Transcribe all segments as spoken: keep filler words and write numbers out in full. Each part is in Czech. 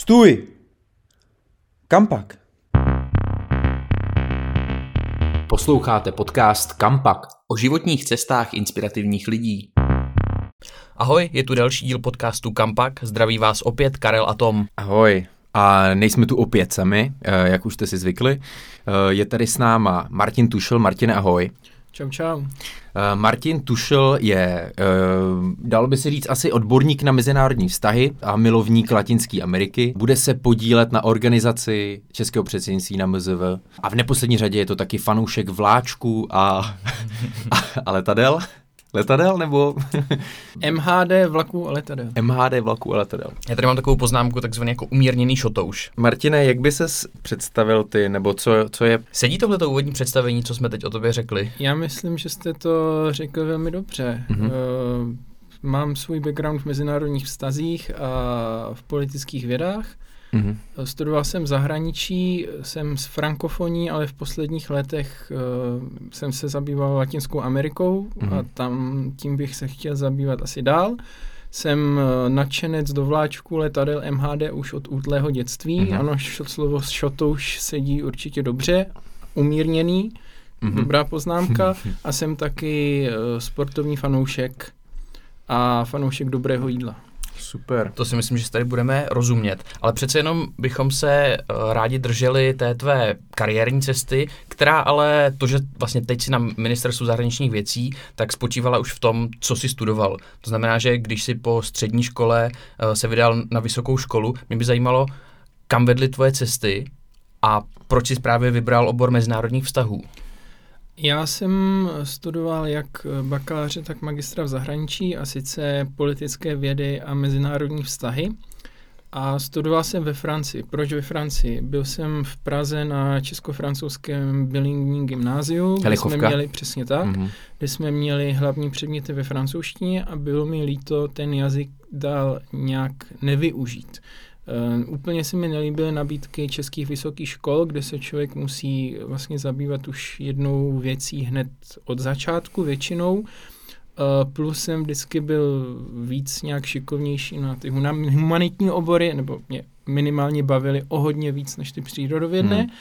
Stůj! Kampak? Posloucháte podcast Kampak o životních cestách inspirativních lidí. Ahoj, je tu další díl podcastu Kampak, zdraví vás opět Karel a Tom. Ahoj. A nejsme tu opět sami, jak už jste si zvykli. Je tady s náma Martin Tušl. Martine, ahoj. Čau, čau. Martin Tušl je, dalo by se říct, asi odborník na mezinárodní vztahy a milovník Latinské Ameriky. Bude se podílet na organizaci českého předsednictví na M Z V. A v neposlední řadě je to taky fanoušek vláčků a, a, a letadel. Letadel nebo? M H D vlaků a letadel. M H D vlaků a letadel. Já tady mám takovou poznámku, takzvaný jako umírněný šotouš. Martine, jak by ses představil ty, nebo co, co je? Sedí tohleto úvodní představení, co jsme teď o tobě řekli? Já myslím, že jste to řekl velmi dobře. Mm-hmm. Uh, mám svůj background v mezinárodních vztazích a v politických vědách. Mm-hmm. Studoval jsem v zahraničí, jsem z frankofoní, ale v posledních letech uh, jsem se zabýval Latinskou Amerikou mm-hmm. a tam tím bych se chtěl zabývat asi dál. Jsem uh, nadšenec do vláčku letadel M H D už od útlého dětství. Mm-hmm. Ano, š- slovo šotouš sedí určitě dobře, umírněný, mm-hmm. dobrá poznámka. A jsem taky uh, sportovní fanoušek a fanoušek dobrého jídla. Super. To si myslím, že si tady budeme rozumět. Ale přece jenom bychom se uh, rádi drželi té tvé kariérní cesty, která ale to, že vlastně teď si na ministerstvu zahraničních věcí, tak spočívala už v tom, co jsi studoval. To znamená, že když jsi po střední škole uh, se vydal na vysokou školu, mě by zajímalo, kam vedly tvoje cesty a proč jsi právě vybral obor mezinárodních vztahů. Já jsem studoval jak bakaláře, tak magistra v zahraničí, a sice politické vědy a mezinárodní vztahy. A studoval jsem ve Francii. Proč ve Francii? Byl jsem v Praze na česko-francouzském bilingvním gymnáziu, kde jsme měli, přesně tak, mm-hmm. kde jsme měli hlavní předměty ve francouzštině a bylo mi líto ten jazyk dál nějak nevyužít. Uh, úplně se mi nelíbily nabídky českých vysokých škol, kde se člověk musí vlastně zabývat už jednou věcí hned od začátku většinou. Uh, plus jsem vždycky byl víc nějak šikovnější na ty humanitní obory, nebo mě minimálně bavili o hodně víc než ty přírodovědné. Hmm.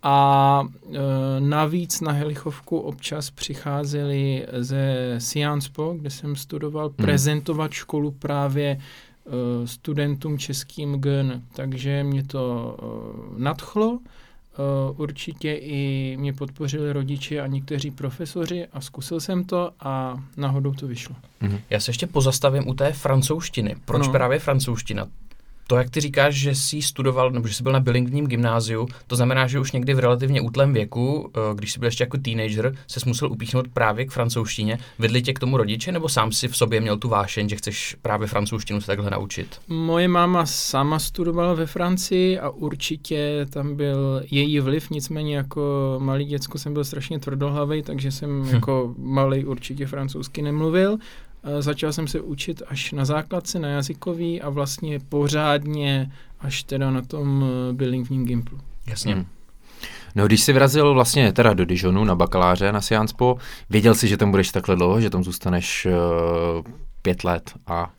A uh, navíc na Helichovku občas přicházeli ze Sciences Po, kde jsem studoval, hmm. prezentovat školu právě studentům českým G N, takže mě to uh, nadchlo. Uh, určitě i mě podpořili rodiče a někteří profesoři a zkusil jsem to a náhodou to vyšlo. Mhm. Já se ještě pozastavím u té francouzštiny. Proč no. právě francouzština? To, jak ty říkáš, že jsi studoval, nebo že jsi byl na bilingvním gymnáziu, to znamená, že už někdy v relativně útlém věku, když jsi byl ještě jako teenager, ses musel upíchnout právě k francouzštině. Vedli tě k tomu rodiče, nebo sám si v sobě měl tu vášeň, že chceš právě francouzštinu se takhle naučit? Moje máma sama studovala ve Francii a určitě tam byl její vliv, nicméně jako malý děcko jsem byl strašně tvrdohlavý, takže jsem hm. jako malý určitě francouzsky nemluvil. Začal jsem se učit až na základce, na jazykový a vlastně pořádně až teda na tom bilingvním gimplu. Jasně. Hmm. No, když jsi vyrazil vlastně teda do Dijonu na bakaláře na Sciences Po, věděl jsi, že tam budeš takhle dlouho, že tam zůstaneš uh, pět let a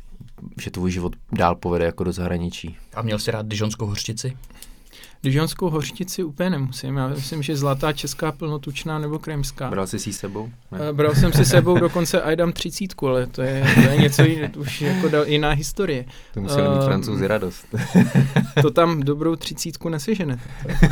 že tvůj život dál povede jako do zahraničí. A měl jsi rád dijonskou hořčici? Dijonskou hořčici úplně nemusím. Já myslím, že zlatá, česká, plnotučná nebo kremská. Bral jsi si sebou? Ne. Bral jsem si sebou dokonce aj dám třicítku, ale to je, to je něco jiné, už jako dal, jiná historie. To museli mít uh, Francouzi radost. To tam dobrou třicítku neseženete.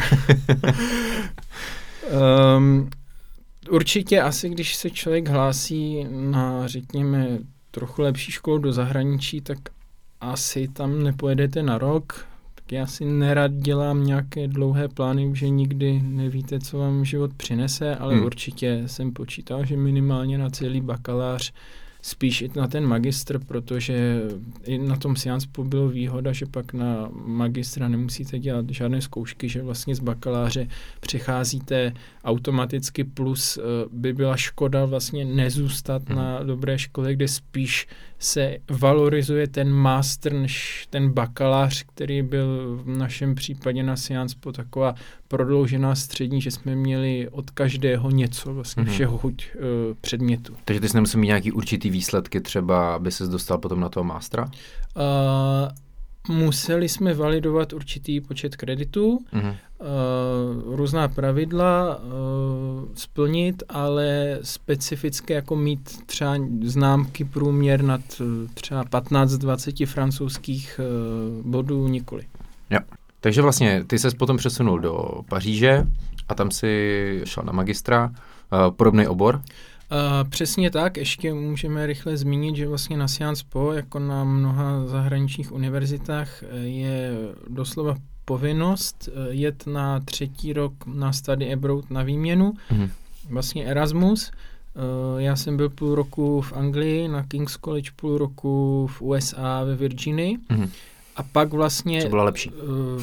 um, určitě asi, když se člověk hlásí na, řekněme, trochu lepší školu do zahraničí, tak asi tam nepojedete na rok. Já si nerad dělám nějaké dlouhé plány, že nikdy nevíte, co vám život přinese, ale hmm. určitě jsem počítal, že minimálně na celý bakalář, spíš i na ten magistr, protože i na tom Sciences Po bylo výhoda, že pak na magistra nemusíte dělat žádné zkoušky, že vlastně z bakaláře přecházíte automaticky, plus by byla škoda vlastně nezůstat hmm. na dobré škole, kde spíš se valorizuje ten master než ten bakalář, který byl v našem případě na Sciences Po taková prodloužená střední, že jsme měli od každého něco, vlastně mm-hmm. všeho chuť uh, předmětu. Takže ty jsi nemusel mít nějaký určitý výsledky třeba, aby ses dostal potom na toho mástra? Uh, Museli jsme validovat určitý počet kreditů, mm-hmm. uh, různá pravidla uh, splnit, ale specifické jako mít třeba známky průměr nad uh, třeba patnáct dvacet francouzských uh, bodů nikoli. Jo. Takže vlastně ty ses potom přesunul do Paříže a tam si šel na magistra, uh, podobný obor. Uh, přesně tak, ještě můžeme rychle zmínit, že vlastně na Sciences Po, jako na mnoha zahraničních univerzitách, je doslova povinnost jet na třetí rok na study abroad na výměnu, mm-hmm. vlastně Erasmus. Uh, já jsem byl půl roku v Anglii, na King's College, půl roku v U S A ve Virginii mm-hmm. a pak vlastně... Co bylo lepší? Uh,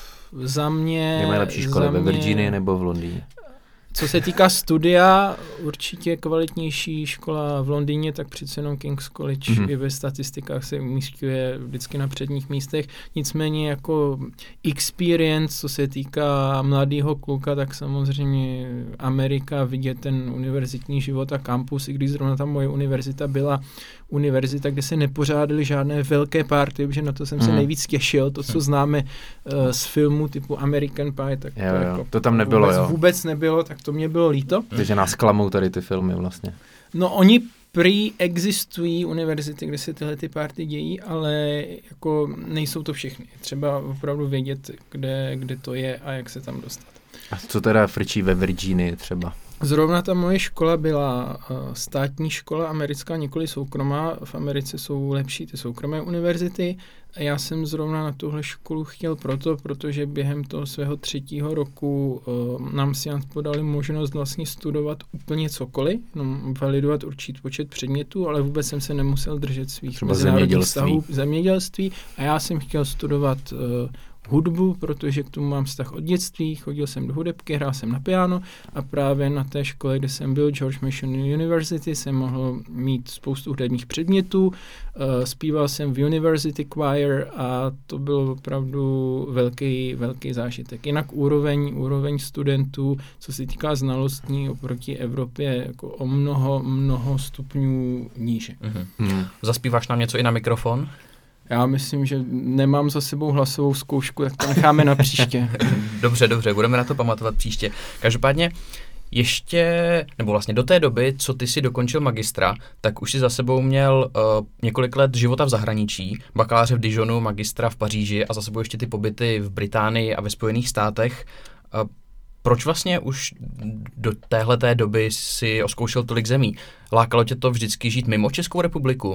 za mě... Je mají lepší školy ve Virginii nebo v Londýně? Co se týká studia, určitě kvalitnější škola v Londýně, tak přece jenom King's College mm-hmm. i ve statistikách se umísťuje vždycky na předních místech. Nicméně jako experience, co se týká mladého kluka, tak samozřejmě Amerika, vidět ten univerzitní život a kampus, i když zrovna tam moje univerzita byla univerzita, kde se nepořádaly žádné velké party, protože na to jsem mm. se nejvíc těšil, to, co známe uh, z filmu typu American Pie, tak jo, to, jo. jako to tam nebylo, vůbec, jo. vůbec nebylo, tak to mě bylo líto. Takže nás klamou tady ty filmy vlastně. No oni prý existují univerzity, kde se tyhle ty party dějí, ale jako nejsou to všechny. Třeba opravdu vědět, kde, kde to je a jak se tam dostat. A co teda frčí ve Virginii třeba? Zrovna ta moje škola byla uh, státní škola americká, nikoli soukromá. V Americe jsou lepší ty soukromé univerzity. A já jsem zrovna na tuhle školu chtěl proto, protože během toho svého třetího roku uh, nám Sciences Po dali možnost vlastně studovat úplně cokoliv, no, validovat určitý počet předmětů, ale vůbec jsem se nemusel držet svých třeba mezinárodních vztahů, zemědělství. A já jsem chtěl studovat uh, hudbu, protože k tomu mám vztah od dětství, chodil jsem do hudebky, hrál jsem na piano a právě na té škole, kde jsem byl, George Mason University, jsem mohl mít spoustu hudebních předmětů, uh, zpíval jsem v University Choir a to byl opravdu velký, velký zážitek. Jinak úroveň, úroveň studentů, co se týká znalostní oproti Evropě, jako o mnoho, mnoho stupňů níže. Mm-hmm. Mm. Zaspíváš nám něco i na mikrofon? Já myslím, že nemám za sebou hlasovou zkoušku, tak to necháme na příště. Dobře, dobře, budeme na to pamatovat příště. Každopádně ještě, nebo vlastně do té doby, co ty si dokončil magistra, tak už si za sebou měl uh, několik let života v zahraničí, bakaláře v Dijonu, magistra v Paříži a za sebou ještě ty pobyty v Británii a ve Spojených státech. Uh, proč vlastně už do téhleté doby si oskoušel tolik zemí? Lákalo tě to vždycky žít mimo Českou republiku?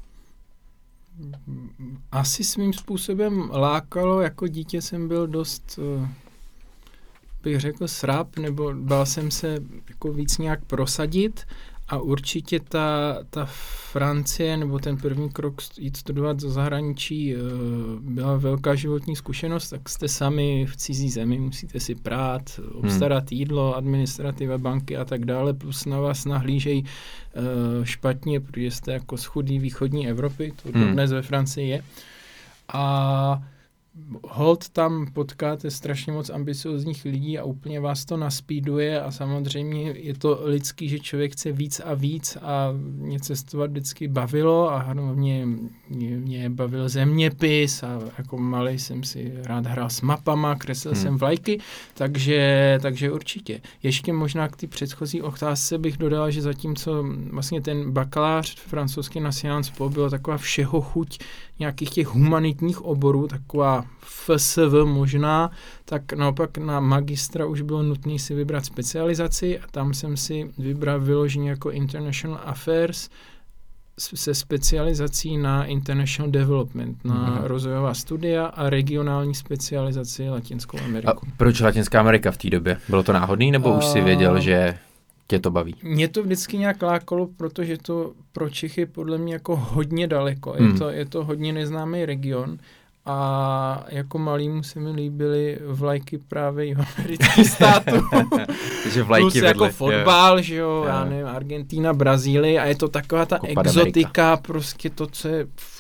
Asi svým způsobem lákalo, jako dítě jsem byl dost, bych řekl, srab, nebo bál jsem se jako víc nějak prosadit a určitě ta, ta Francie, nebo ten první krok jít studovat do zahraničí byla velká životní zkušenost, tak jste sami v cizí zemi, musíte si prát, obstarat hmm. jídlo, administrativa, banky a tak dále, plus na vás nahlížejí uh, špatně, protože jste jako z chudý východní Evropy, to hmm. dnes ve Francii je. A hold tam potkáte strašně moc ambiciozních lidí a úplně vás to naspíduje a samozřejmě je to lidský, že člověk chce víc a víc a mě cestovat vždycky bavilo a hlavně mě, mě bavil zeměpis a jako malej jsem si rád hrál s mapama, kreslil hmm. jsem vlajky, takže, takže určitě. Ještě možná k té předchozí otázce bych dodal, že zatímco vlastně ten bakalář francouzský na Sciences Po byla taková všeho chuť nějakých těch humanitních oborů, taková F S V možná, tak naopak na magistra už bylo nutné si vybrat specializaci a tam jsem si vybral vyloženě jako International Affairs se specializací na International Development, na mm. rozvojová studia a regionální specializaci Latinskou Ameriku. A proč Latinská Amerika v té době? Bylo to náhodný, nebo a... už si věděl, že tě to baví? Mě to vždycky nějak lákalo, protože to pro Čechy podle mě jako hodně daleko. Je, hmm. to, je to hodně neznámý region a jako malýmu se mi líbily vlajky právě jihoamerických států. Takže vlajky plus vedle. jako fotbal, jo. že jo, já nevím, Argentina, Brazílie a je to taková ta Copa exotika, America. Prostě to, co je furt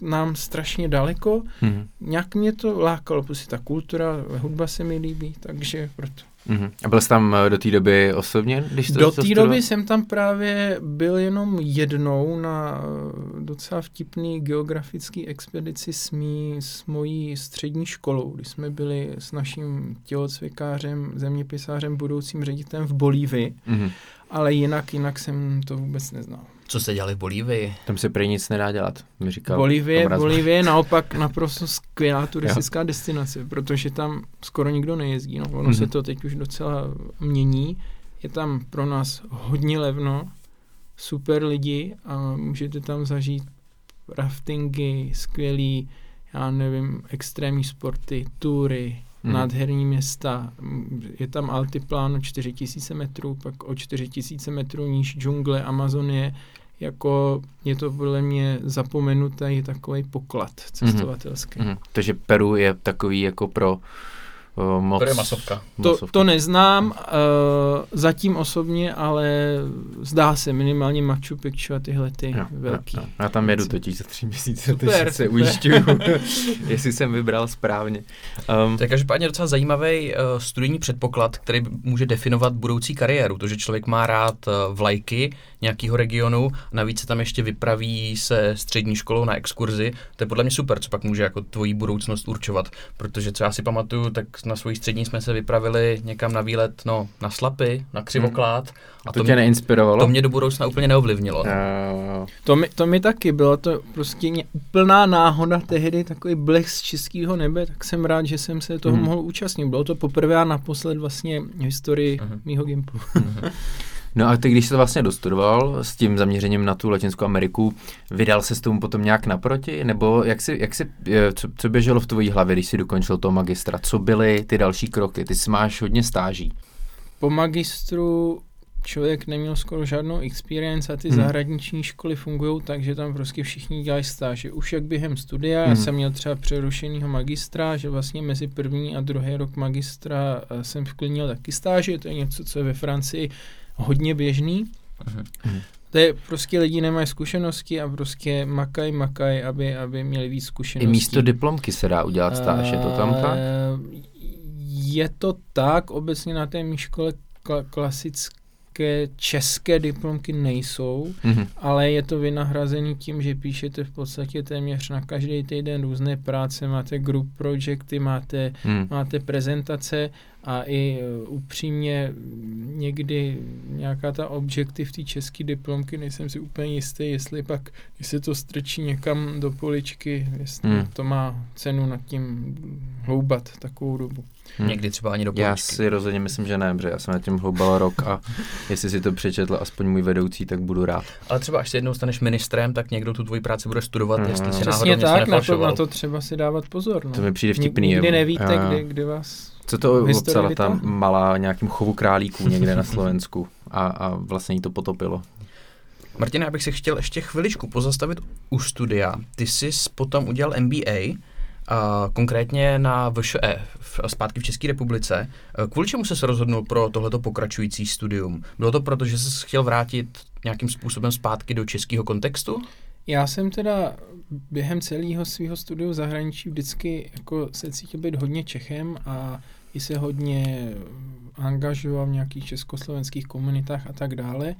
nám strašně daleko. Mm-hmm. Nějak mě to lákalo, prostě ta kultura, hudba se mi líbí, takže proto. Mm-hmm. A byl jsi tam do té doby osobně? Když to do té doby jsem tam právě byl jenom jednou na docela vtipný geografický expedici s, mý, s mojí střední školou, kdy jsme byli s naším tělocvikářem, zeměpisářem, budoucím ředitelem v Bolívii, mm-hmm. ale jinak, jinak jsem to vůbec neznal. Co jste dělali v Bolívii? Tam se prý nic nedá dělat, mi říkal. Bolívie, Bolívie je naopak naprosto skvělá turistická jo. destinace, protože tam skoro nikdo nejezdí. No. Ono mm-hmm. se to teď už docela mění. Je tam pro nás hodně levno, super lidi a můžete tam zažít raftingy, skvělý, já nevím, extrémní sporty, tury, mm. nádherní města. Je tam altiplán o čtyři tisíce metrů, pak o čtyři tisíce metrů níž džungle, Amazonie. Jako je to podle mě zapomenutý takový poklad cestovatelský. Mm-hmm. Takže Peru je takový jako pro uh, moc... To je masovka. To, to neznám uh, zatím osobně, ale zdá se minimálně Machu Picchu a tyhle ty jo, velký. Jo, jo. Já tam jedu totiž za tři měsíce, super, takže se ujišťuju, jestli jsem vybral správně. Um, to je každopádně docela zajímavý uh, studijní předpoklad, který může definovat budoucí kariéru. To, že člověk má rád uh, vlajky nějakého regionu, navíc se tam ještě vypraví se střední školou na exkurzi, to je podle mě super, co pak může jako tvoji budoucnost určovat, protože co já si pamatuju, tak na svojí střední jsme se vypravili někam na výlet, no, na Slapy, na Křivoklát. Hmm. A to, to tě neinspirovalo? To mě do budoucna úplně neovlivnilo. Uh, to, mi, to mi taky, bylo to prostě úplná náhoda tehdy, takový blesk z českého nebe, tak jsem rád, že jsem se toho hmm. mohl účastnit. Bylo to poprvé a naposled vlastně v historii uh-huh. mýho Gimplu. Uh-huh. No a ty, když jsi vlastně dostudoval s tím zaměřením na tu Latinskou Ameriku, vydal se s tomu potom nějak naproti? Nebo jak si, jak si, co, co běželo v tvojí hlavě, když jsi dokončil toho magistra? Co byly ty další kroky? Ty jsi máš hodně stáží. Po magistru člověk neměl skoro žádnou experience a ty hmm. zahraniční školy fungují tak, že tam prostě všichni dělají stáže. Už jak během studia, hmm. já jsem měl třeba přerušenýho magistra, že vlastně mezi první a druhý rok magistra jsem vklínil taky stáže, to je něco, co je ve Francii hodně běžný. Uh-huh. To je prostě lidi nemají zkušenosti a prostě makaj, makaj, aby, aby měli víc zkušeností. I místo diplomky se dá udělat stáž, je to tam tak? Je to tak, obecně na té mý škole kla- klasické české diplomky nejsou, mm-hmm. ale je to vynahrazený tím, že píšete v podstatě téměř na každý týden různé práce, máte group projekty, máte, mm. máte prezentace a i uh, upřímně někdy nějaká ta objektiv té české diplomky, nejsem si úplně jistý, jestli pak, jestli to strčí někam do poličky, jestli mm. to má cenu nad tím hloubat takovou dobu. Hmm. Někdy třeba ani do poličky. Já si rozhodně myslím, že ne, protože já jsem nad tím hloubal rok a jestli si to přečetl aspoň můj vedoucí, tak budu rád. Ale třeba až se jednou staneš ministrem, tak někdo tu tvoji práci bude studovat, hmm. jestli si náhodou něco nefalšoval. tak, na to, na to třeba si dávat pozor. No. To mi přijde vtipný. Nikdy nevíte, kdy, kdy vás co to obcala ta malá nějakým chovu králíků někde na Slovensku a, a vlastně jí to potopilo. Martina, já bych si chtěl ještě chviličku pozastavit u studia. Ty jsi potom udělal M B A, a konkrétně na V Š E, zpátky v České republice. Kvůli čemu jsi se rozhodnul pro tohleto pokračující studium? Bylo to proto, že jsi chtěl vrátit nějakým způsobem zpátky do českého kontextu? Já jsem teda během celého svého studia v zahraničí vždycky jako se cítil být hodně Čechem a i se hodně angažoval v nějakých československých komunitách a tak dále.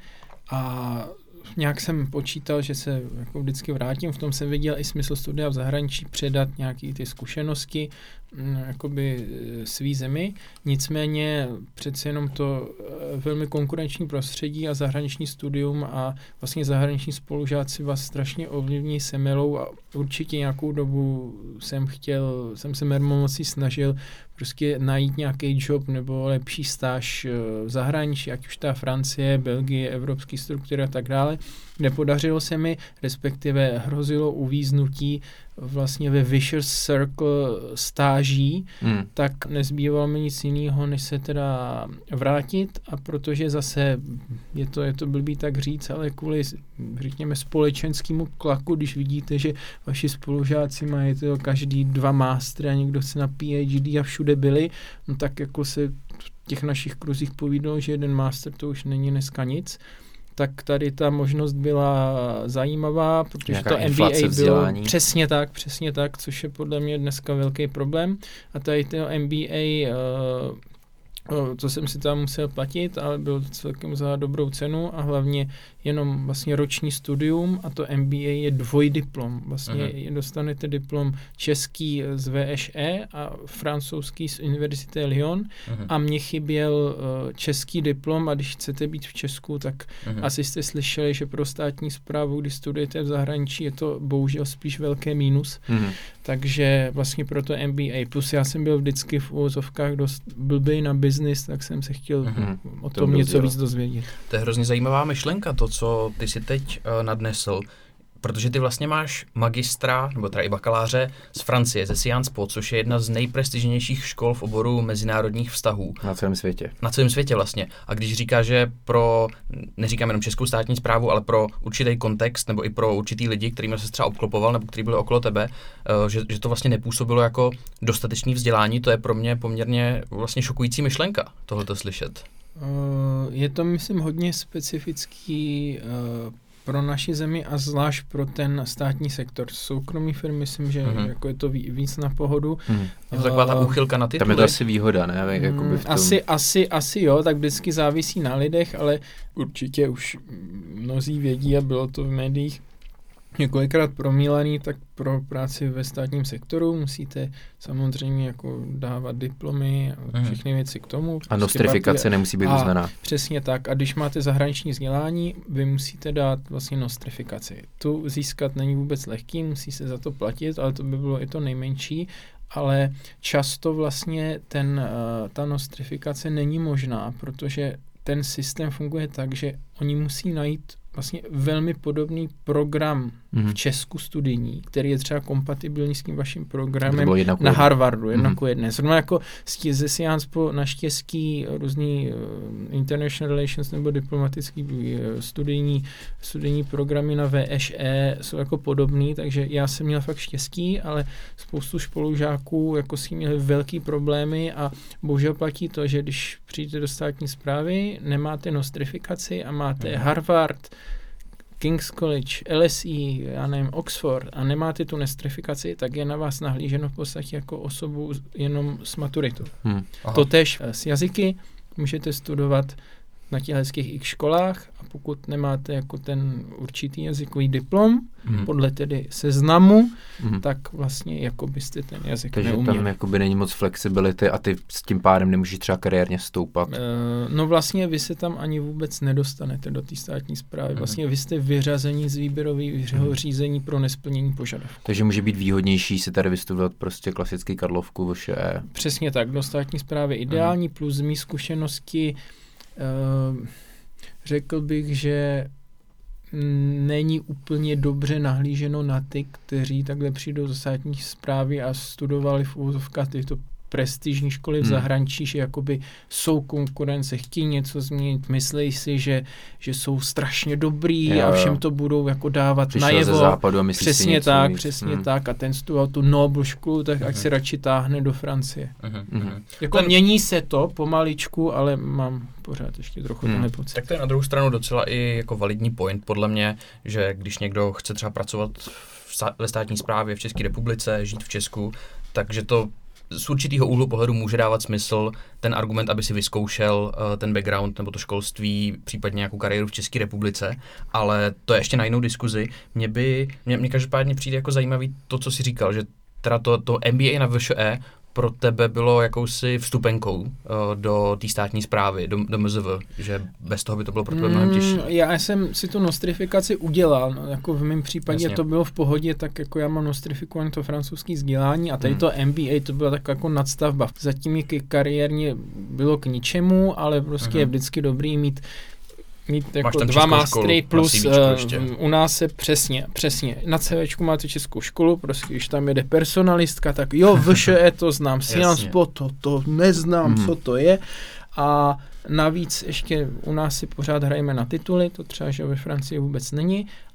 A nějak jsem počítal, že se jako vždycky vrátím, v tom jsem viděl i smysl studia v zahraničí, předat nějaké ty zkušenosti jakoby svý zemi, nicméně přece jenom to velmi konkurenční prostředí a zahraniční studium a vlastně zahraniční spolužáci vás strašně ovlivní semelou a určitě nějakou dobu jsem chtěl, jsem se mermomocí snažil prostě najít nějaký job nebo lepší stáž v zahraničí, ať už ta Francie, Belgie, evropský struktury a tak dále. Nepodařilo se mi, respektive hrozilo uvíznutí vlastně ve vicious circle stáží, hmm. tak nezbývalo mi nic jiného, než se teda vrátit a protože zase je to, je to blbý tak říct, ale kvůli, řekněme, společenskému tlaku, když vidíte, že vaši spolužáci mají to každý dva mastery a někdo se na P H D a všude byli, no tak jako se v těch našich kruzích povídalo, že jeden master to už není dneska nic. tak tady ta možnost byla zajímavá, protože nějaká to M B A bylo vzdělání. přesně tak, přesně tak, což je podle mě dneska velký problém. A tady to M B A, uh, to jsem si tam musel platit, ale bylo to celkem za dobrou cenu a hlavně jenom vlastně roční studium a to M B A je dvojdiplom. Vlastně uh-huh. dostanete diplom český z V Š E a francouzský z Univerzity Lyon uh-huh. a mně chyběl uh, český diplom a když chcete být v Česku, tak uh-huh. asi jste slyšeli, že pro státní správu, když studujete v zahraničí, je to bohužel spíš velké mínus. Uh-huh. Takže vlastně pro to M B A. Plus já jsem byl vždycky v uvozovkách dost blbej na biznis, tak jsem se chtěl uh-huh. o tom to něco víc dozvědět. To je hrozně zajímavá myšlenka, to, co ty si teď uh, nadnesl, protože ty vlastně máš magistra, nebo teda i bakaláře z Francie, ze Sciences Po, což je jedna z nejprestižnějších škol v oboru mezinárodních vztahů. Na celém světě. Na celém světě vlastně. A když říká, že pro, neříkám jenom českou státní správu, ale pro určitý kontext, nebo i pro určitý lidi, kterými se třeba obklopoval, nebo kteří byli okolo tebe, uh, že, že to vlastně nepůsobilo jako dostatečné vzdělání, to je pro mě poměrně vlastně šokující myšlenka, tohleto slyšet. Uh, je to, myslím, hodně specifický uh, pro naši zemi a zvlášť pro ten státní sektor. Soukromý firmy, myslím, že uh-huh. jako je to víc na pohodu. Uh-huh. Je to taková ta úchylka na tituly? Tam je to asi výhoda, ne? Jakoby v tom... asi, asi, asi jo, tak vždycky závisí na lidech, ale určitě už mnozí vědí a bylo to v médiích několikrát promílaný, tak pro práci ve státním sektoru musíte samozřejmě jako dávat diplomy a všechny věci k tomu. A nostrifikace nemusí být uznaná. Přesně tak. A když máte zahraniční vzdělání, vy musíte dát vlastně nostrifikaci. Tu získat není vůbec lehký, musí se za to platit, ale to by bylo i to nejmenší. Ale často vlastně ten, ta nostrifikace není možná, protože ten systém funguje tak, že oni musí najít vlastně velmi podobný program mm-hmm. v Česku studijní, který je třeba kompatibilní s tím vaším programem na Harvardu, jednak mm-hmm. jedné. Zrovna jako ze Sciences Po naštěstí různý uh, international relations nebo diplomatický uh, studijní, studijní programy na V Š E jsou jako podobný, takže já jsem měl fakt štěstí, ale spoustu spolužáků jako s tím měli velký problémy a bohužel platí to, že když přijdete do státní správy, nemáte nostrifikaci a máte mm-hmm. Harvard, King's College, L S E, já nevím, Oxford a nemáte tu nostrifikaci, tak je na vás nahlíženo v podstatě jako osobu jenom s maturitou. Hmm. Totéž s jazyky můžete studovat na těchto x školách a pokud nemáte jako ten určitý jazykový diplom, hmm. podle tedy seznamu, hmm. tak vlastně jako byste ten jazyk Takže neuměli. tam jakoby není moc flexibility a ty s tím pádem nemůžeš třeba kariérně stoupat. Uh, no vlastně vy se tam ani vůbec nedostanete do té státní správy. Hmm. Vlastně vy jste vyřazení z výběrového hmm. řízení pro nesplnění požadavků. Takže může být výhodnější si tady vystudovat prostě klasický Karlovku V Š E. Přesně tak, do státní správy ideální, hmm. plus z mý zkušenosti Uh, řekl bych, že není úplně dobře nahlíženo na ty, kteří takhle přijdou do státní správy a studovali v úvozovkách tyto prestižní školy v zahraničí, hmm. že jakoby jsou konkurence, chtějí něco změnit, myslí si, že, že jsou strašně dobrý jo, a všem to budou jako dávat přišel najevo. Ze západu a myslí přesně si tak, víc. přesně hmm. tak a ten studoval tu Noble školu, tak hmm. ať si radši táhne do Francie. Hmm. Hmm. Jako ten... mění se to pomaličku, ale mám pořád ještě trochu hmm. tenhle pocit. Tak to je na druhou stranu docela i jako validní point podle mě, že když někdo chce třeba pracovat ve státní správě v České republice, žít v Česku, takže to z určitého úhlu pohledu může dávat smysl ten argument, aby si vyzkoušel uh, ten background nebo to školství, případně nějakou kariéru v České republice, ale to je ještě na jinou diskuzi. Mě by, mě, mě každopádně přijde jako zajímavý to, co jsi říkal, že teda to, to M B A na V Š E pro tebe bylo jakousi vstupenkou uh, do té státní správy, do, do M Z V, že bez toho by to bylo pro tebe mnohem těžší. Mm, já jsem si tu nostrifikaci udělal, no, jako v mém případě Jasně. to bylo v pohodě, tak jako já mám nostrifikované to francouzské vzdělání a tady mm. to M B A to byla tak jako nadstavba. Zatím je kariérně bylo k ničemu, ale prostě mm. je vždycky dobrý mít mít jako dva mastery plus uh, u nás se přesně, přesně. Na CVčku máte českou školu, prostě když tam jede personalistka, tak jo, V Š E to znám, Sciences Po to, to neznám, mm. co to je. A navíc ještě u nás si pořád hrajeme na tituly, to třeba, že ve Francii vůbec není.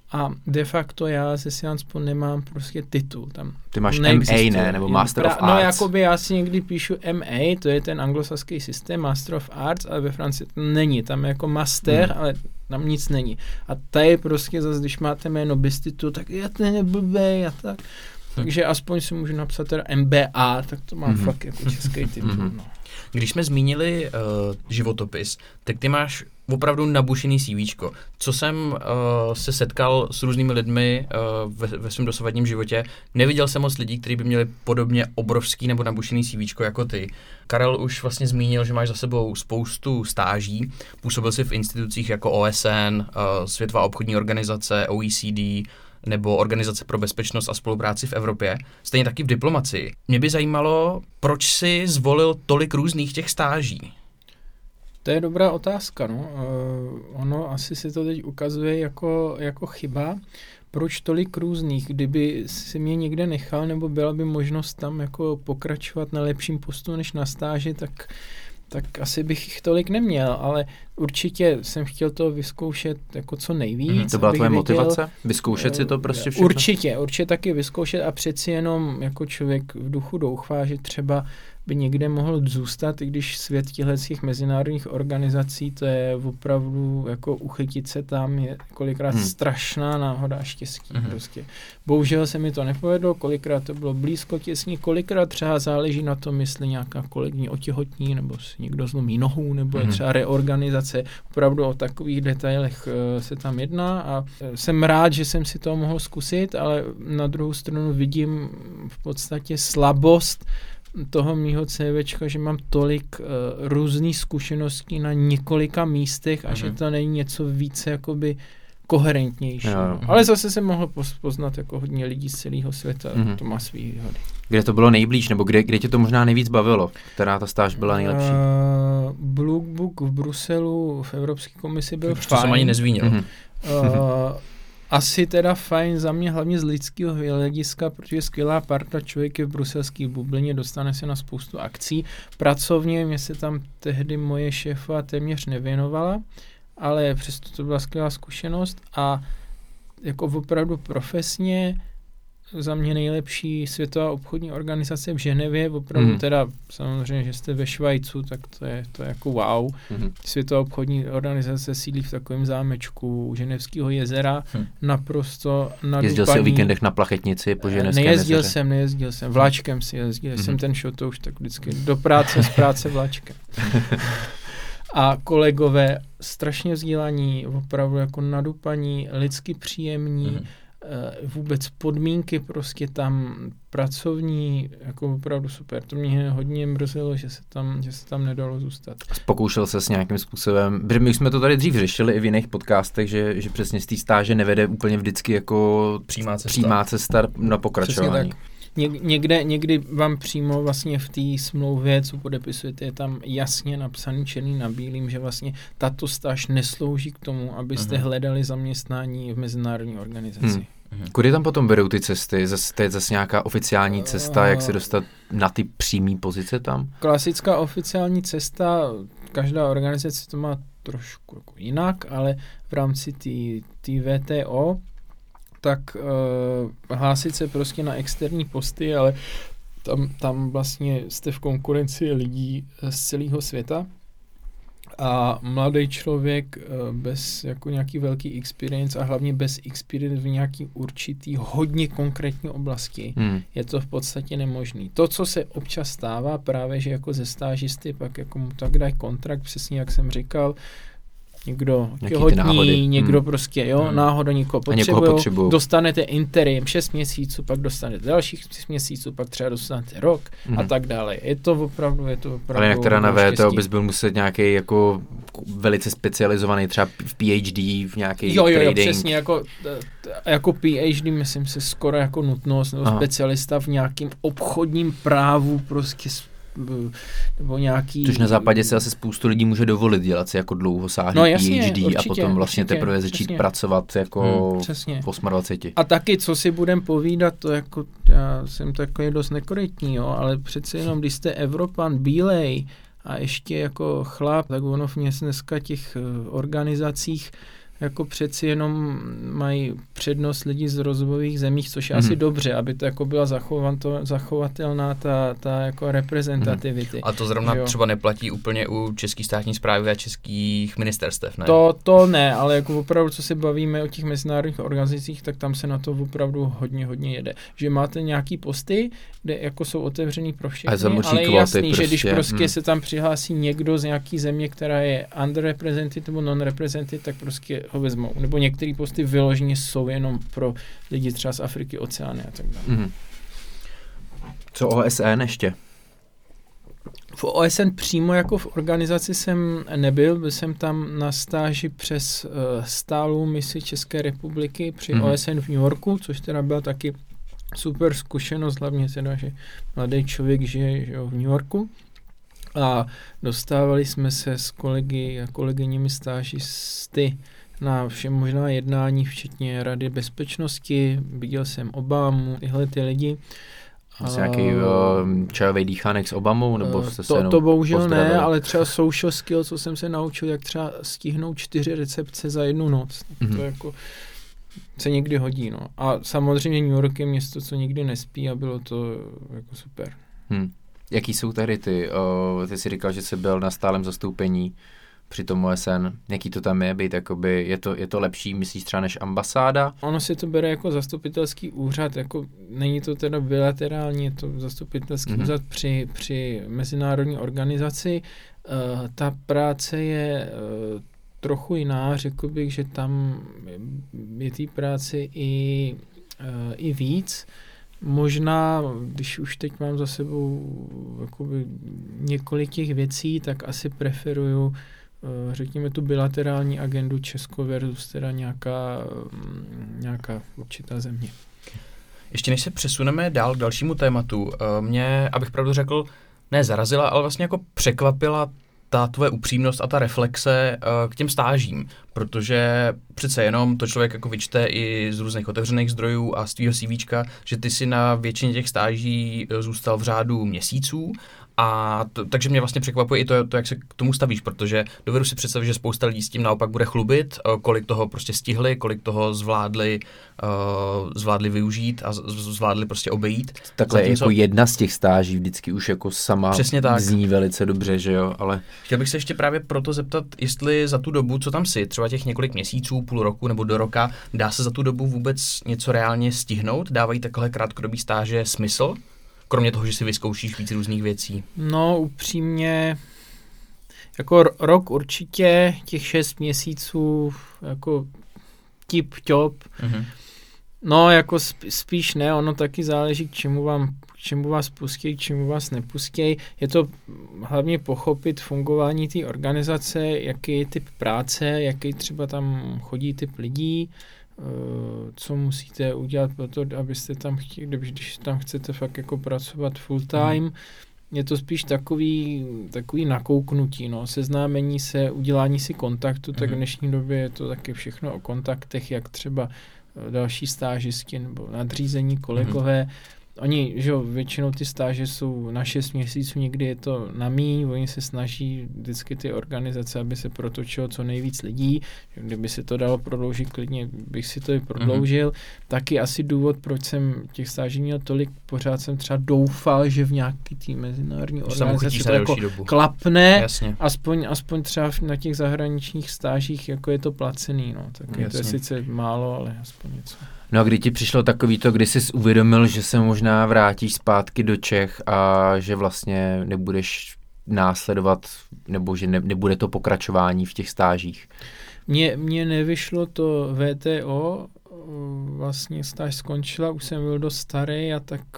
a de facto já ze Sciences Po nemám prostě titul. Tam Ty máš neexistuje. M A, ne? Nebo Master pra, of Arts? No, jakoby já si někdy píšu M A, to je ten anglosaský systém, Master of Arts, ale ve Francii to není. Tam je jako master, hmm. ale tam nic není. A tady prostě zase, když máte jméno bez titulu, tak já to neblbej a tak. Takže aspoň si můžu napsat teda M B A, tak to mám mm-hmm. fakt jako český titul. Mm-hmm. No. Když jsme zmínili uh, životopis, tak ty máš opravdu nabušený CVčko. Co jsem uh, se setkal s různými lidmi uh, ve, ve svém dosavadním životě, neviděl jsem moc lidí, kteří by měli podobně obrovský nebo nabušený CVčko jako ty. Karel už vlastně zmínil, že máš za sebou spoustu stáží. Působil jsi v institucích jako O S N, uh, Světová obchodní organizace, O E C D, nebo Organizace pro bezpečnost a spolupráci v Evropě, stejně taky v diplomacii. Mě by zajímalo, proč jsi zvolil tolik různých těch stáží? To je dobrá otázka. No. Uh, ono asi se to teď ukazuje jako, jako chyba. Proč tolik různých? Kdyby si mě někde nechal, nebo byla by možnost tam jako pokračovat na lepším postu než na stáži, tak tak asi bych jich tolik neměl, ale určitě jsem chtěl to vyzkoušet jako co nejvíc. Mm, to byla tvoje motivace? Vyzkoušet si to prostě všechno? Určitě, určitě taky vyzkoušet a přeci jenom jako člověk v duchu doufá, že třeba by někde mohl zůstat, i když svět těchto mezinárodních organizací, to je opravdu jako uchytit se tam je kolikrát hmm. strašná náhoda a štěstí. Hmm. Prostě. Bohužel se mi to nepovedlo, kolikrát to bylo blízko těsní, kolikrát třeba záleží na tom, jestli nějaká kolegyně otěhotní, nebo si někdo zlomí nohu, nebo hmm. je třeba reorganizace. Opravdu o takových detailech uh, se tam jedná a jsem rád, že jsem si to mohl zkusit, ale na druhou stranu vidím v podstatě slabost toho mýho CVčka, že mám tolik uh, různých zkušeností na několika místech a mm-hmm. že to není něco více jakoby koherentnější. No. Ale zase jsem mohl poznat jako hodně lidí z celého světa, mm-hmm. to má svý výhody. Kde to bylo nejblíž, nebo kde, kde tě to možná nejvíc bavilo? Která ta stáž byla nejlepší? Uh, Blue Book v Bruselu v Evropské komisi byl to fajn. To jsem ani nezmínil. Mm-hmm. Uh, Asi teda fajn za mě hlavně z lidského hlediska, protože skvělá parta, člověk je v bruselské bublině, dostane se na spoustu akcí. Pracovně mě se tam tehdy moje šéfa téměř nevěnovala, ale přesto to byla skvělá zkušenost a jako opravdu profesně za mě nejlepší Světová obchodní organizace v Ženevě, opravdu mm. teda samozřejmě, že jste ve Švajcu, tak to je, to je jako wow. Mm. Světová obchodní organizace sídlí v takovém zámečku u Ženevského jezera, mm. naprosto nadupaný. Jezdil jsi o víkendech na Plachetnici po Ženevském Nejezdil jezeře? jsem, nejezdil jsem, vláčkem si jezdil, mm. jsem ten šoto už tak vždycky do práce, z práce vláčkem. A kolegové strašně vzdělaní, opravdu jako nadupaní, lidsky příjemní, mm. vůbec podmínky prostě tam pracovní, jako opravdu super. To mě hodně mrzelo, že se tam, že se tam nedalo zůstat. Pokoušel se s nějakým způsobem, protože my jsme to tady dřív řešili i v jiných podcastech, že, že přesně z té stáže nevede úplně vždycky jako přímá cesta, přímá cesta na pokračování. Ně, někde, někdy vám přímo vlastně v té smlouvě, co podepisujete, je tam jasně napsaný černý na bílým, že vlastně tato stáž neslouží k tomu, abyste uh-huh. hledali zaměstnání v mezinárodní organizaci. Hmm. Uh-huh. Kudy tam potom vedou ty cesty? Zase, to je zase nějaká oficiální cesta, uh, jak se dostat na ty přímé pozice tam? Klasická oficiální cesta, každá organizace to má trošku jako jinak, ale v rámci té V T O tak uh, hlásit se prostě na externí posty, ale tam, tam vlastně jste v konkurenci lidí z celého světa a mladý člověk uh, bez jako nějaký velký experience a hlavně bez experience v nějaký určitý hodně konkrétní oblasti hmm. je to v podstatě nemožný. To, co se občas stává právě, že jako ze stážisty pak jako mu tak dají kontrakt, přesně jak jsem říkal, někdo těhotní, někdo hmm. prostě, jo, hmm. náhoda někoho potřebuje, dostanete interim šest měsíců, pak dostanete dalších šest měsíců, pak třeba dostanete rok hmm. a tak dále. Je to opravdu, je to opravdu. Ale jinak teda na V T O bys byl muset nějaký jako velice specializovaný třeba v P H D, v nějaký jo, jo, trading. Jo, přesně, jako, jako P H D, myslím si, skoro jako nutnost, nebo Aha. specialista v nějakým obchodním právu, prostě nebo nějaký... Což na západě se asi spoustu lidí může dovolit dělat si jako dlouhosáhlý no, jasně, P H D určitě, a potom vlastně určitě, teprve začít přesně. pracovat jako hmm, v dvaceti osmi. A taky, co si budem povídat, to jako, já jsem takový dost nekorektní, jo, ale přece jenom, když jste Evropan, bílej a ještě jako chlap, tak ono v dneska těch organizacích jako přeci jenom mají přednost lidi z rozvojových zemích, což je mm. asi dobře, aby to jako byla zachovatelná ta, ta jako reprezentativity. A to zrovna jo. třeba neplatí úplně u české státní správy a českých ministerstev, ne? To, to ne, ale jako opravdu, co se bavíme o těch mezinárodních organizacích, tak tam se na to opravdu hodně, hodně jede. Že máte nějaký posty, kde jako jsou otevřený pro všechny, ale je jasný, prostě, že když prostě hmm. se tam přihlásí někdo z nějaký země, která je underrepresented nebo non-represented, tak prostě ho vezmou. Nebo některé posty vyloženě jsou jenom pro lidi třeba z Afriky, oceány a tak dále. Hmm. Co O S N ještě? V O S N přímo jako v organizaci jsem nebyl, byl jsem tam na stáži přes uh, stálou misi České republiky při mm-hmm. O S N v New Yorku, což teda byla taky super zkušenost, hlavně teda, že mladý člověk žije že jo, v New Yorku. A dostávali jsme se s kolegy a kolegyněmi stážisty na všem možná jednání, včetně Rady bezpečnosti, viděl jsem Obamu, tyhle ty lidi. Jsi nějaký uh, čajový dýchánek s Obamou? Nebo jste to, se to bohužel pozdravili? Ne, ale třeba social skill, co jsem se naučil, jak třeba stihnout čtyři recepce za jednu noc. Mm-hmm. To jako se někdy hodí. No. A samozřejmě New York je město, co nikdy nespí a bylo to jako super. Hmm. Jaký jsou tady ty? Uh, ty jsi říkal, že jsi byl na stálem zastoupení při tom O S N. Jaký to tam je být? Jakoby, je, to, je to lepší, myslíš třeba než ambasáda? Ono si to bere jako zastupitelský úřad, jako není to teda bilaterální, je to zastupitelský mm-hmm. úřad při, při mezinárodní organizaci. Uh, ta práce je uh, trochu jiná, řekl bych, že tam je té práce i, uh, i víc. Možná, když už teď mám za sebou jakoby několik těch věcí, tak asi preferuju řekněme tu bilaterální agendu Česko versus teda nějaká, nějaká určitá země. Ještě než se přesuneme dál k dalšímu tématu, mě, abych pravdu řekl, ne zarazila, ale vlastně jako překvapila ta tvoje upřímnost a ta reflexe uh, k těm stážím, protože přece jenom to člověk jako vyčte i z různých otevřených zdrojů a z tvýho CVčka, že ty si na většině těch stáží zůstal v řádu měsíců. A to, takže mě vlastně překvapuje i to, to, jak se k tomu stavíš, protože dovedu si představit, že spousta lidí s tím naopak bude chlubit, kolik toho prostě stihli, kolik toho zvládli, uh, zvládli využít a zvládli prostě obejít. Takhle Zatímco, jako jedna z těch stáží vždycky už jako sama zní velice dobře, že jo, ale... Chtěl bych se ještě právě proto zeptat, jestli za tu dobu, co tam si, třeba těch několik měsíců, půl roku nebo do roka, dá se za tu dobu vůbec něco reálně stihnout? Dávají takhle krátkodobý stáže smysl? Kromě toho, že si vyzkoušíš víc různých věcí. No, upřímně, jako rok určitě, těch šest měsíců, jako tip, top. Mm-hmm. No, jako spíš ne, ono taky záleží, k čemu vám, k čemu vás pustí, k čemu vás nepustí. Je to hlavně pochopit fungování té organizace, jaký je typ práce, jaký třeba tam chodí typ lidí, co musíte udělat pro to, abyste tam chtěli, když tam chcete fakt jako pracovat full time. Mm. Je to spíš takový, takový nakouknutí, no, seznámení se, udělání si kontaktu, mm. tak v dnešní době je to taky všechno o kontaktech, jak třeba další stážisti nebo nadřízení kolegové. Mm. Oni, že jo, většinou ty stáže jsou na šest měsíců, někdy je to na míň, oni se snaží vždycky ty organizace, aby se protočilo co nejvíc lidí, kdyby se to dalo prodloužit, klidně bych si to i prodloužil. Mm-hmm. Taky asi důvod, proč jsem těch stáží měl tolik, pořád jsem třeba doufal, že v nějaký té mezinárodní organizaci to jako dobu. klapne, aspoň, aspoň třeba na těch zahraničních stážích, jako je to placený, no, tak Jasně. je to je sice málo, ale aspoň něco. No a kdy ti přišlo takový to, kdy jsi uvědomil, že se možná vrátíš zpátky do Čech a že vlastně nebudeš následovat, nebo že ne, nebude to pokračování v těch stážích? Mně, mně nevyšlo to V T O, vlastně stáž skončila, už jsem byl dost starý a tak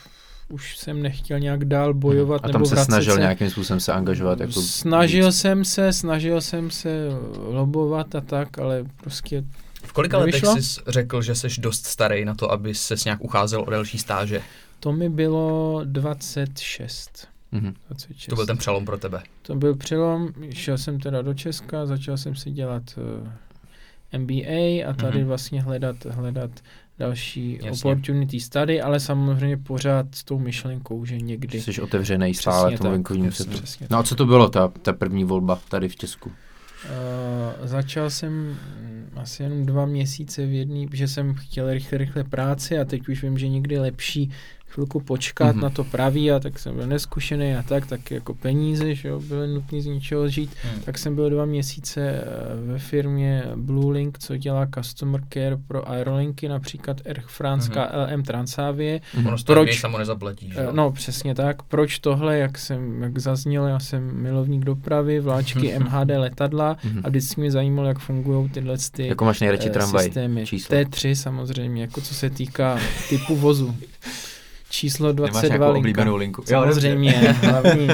už jsem nechtěl nějak dál bojovat. A tam nebo se snažil se. nějakým způsobem se angažovat? Jako snažil víc. jsem se, snažil jsem se lobovat a tak, ale prostě v kolika letech jsi řekl, že jsi dost starý na to, aby ses nějak ucházel o další stáže? To mi bylo dvacet šest. Mm-hmm. dvacet šest. To byl ten přelom pro tebe? To byl přelom, šel jsem teda do Česka, začal jsem si dělat uh, M B A a tady mm-hmm. vlastně hledat, hledat další Jasně. opportunities tady, ale samozřejmě pořád s tou myšlenkou, že někdy... Jsi otevřenej stále tomu venkovnímu světu. No a co to bylo ta, ta první volba tady v Česku? Uh, začal jsem asi jenom dva měsíce v jedný, že jsem chtěl rychle, rychle práci a teď už vím, že někdy lepší chvilku počkat mm-hmm. na to praví a tak jsem byl neskušený a tak, tak jako peníze, že jo, byly nutný z ničeho žít, mm. tak jsem byl dva měsíce ve firmě Blue Link, co dělá customer care pro aerolinky, například Air France, mm-hmm. L M Transavie. Mm-hmm. Ono proč samo nezaplatí, že? No, přesně tak. Proč tohle, jak jsem, jak zaznělo, já jsem milovník dopravy, vláčky, M H D letadla mm-hmm. a vždycky mě zajímalo, jak fungují tyhle ty jako máš nejradši tramvaj, systémy. Číslo. T tři samozřejmě, jako co se týká typu vozu. Číslo dvacet dva linka. Oblíbenou linku. Samozřejmě, hlavní.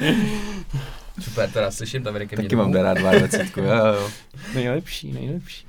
Super, teda slyším, tam Taky Taky mám rád dvacet dva, jo, jo. Nejlepší, nejlepší.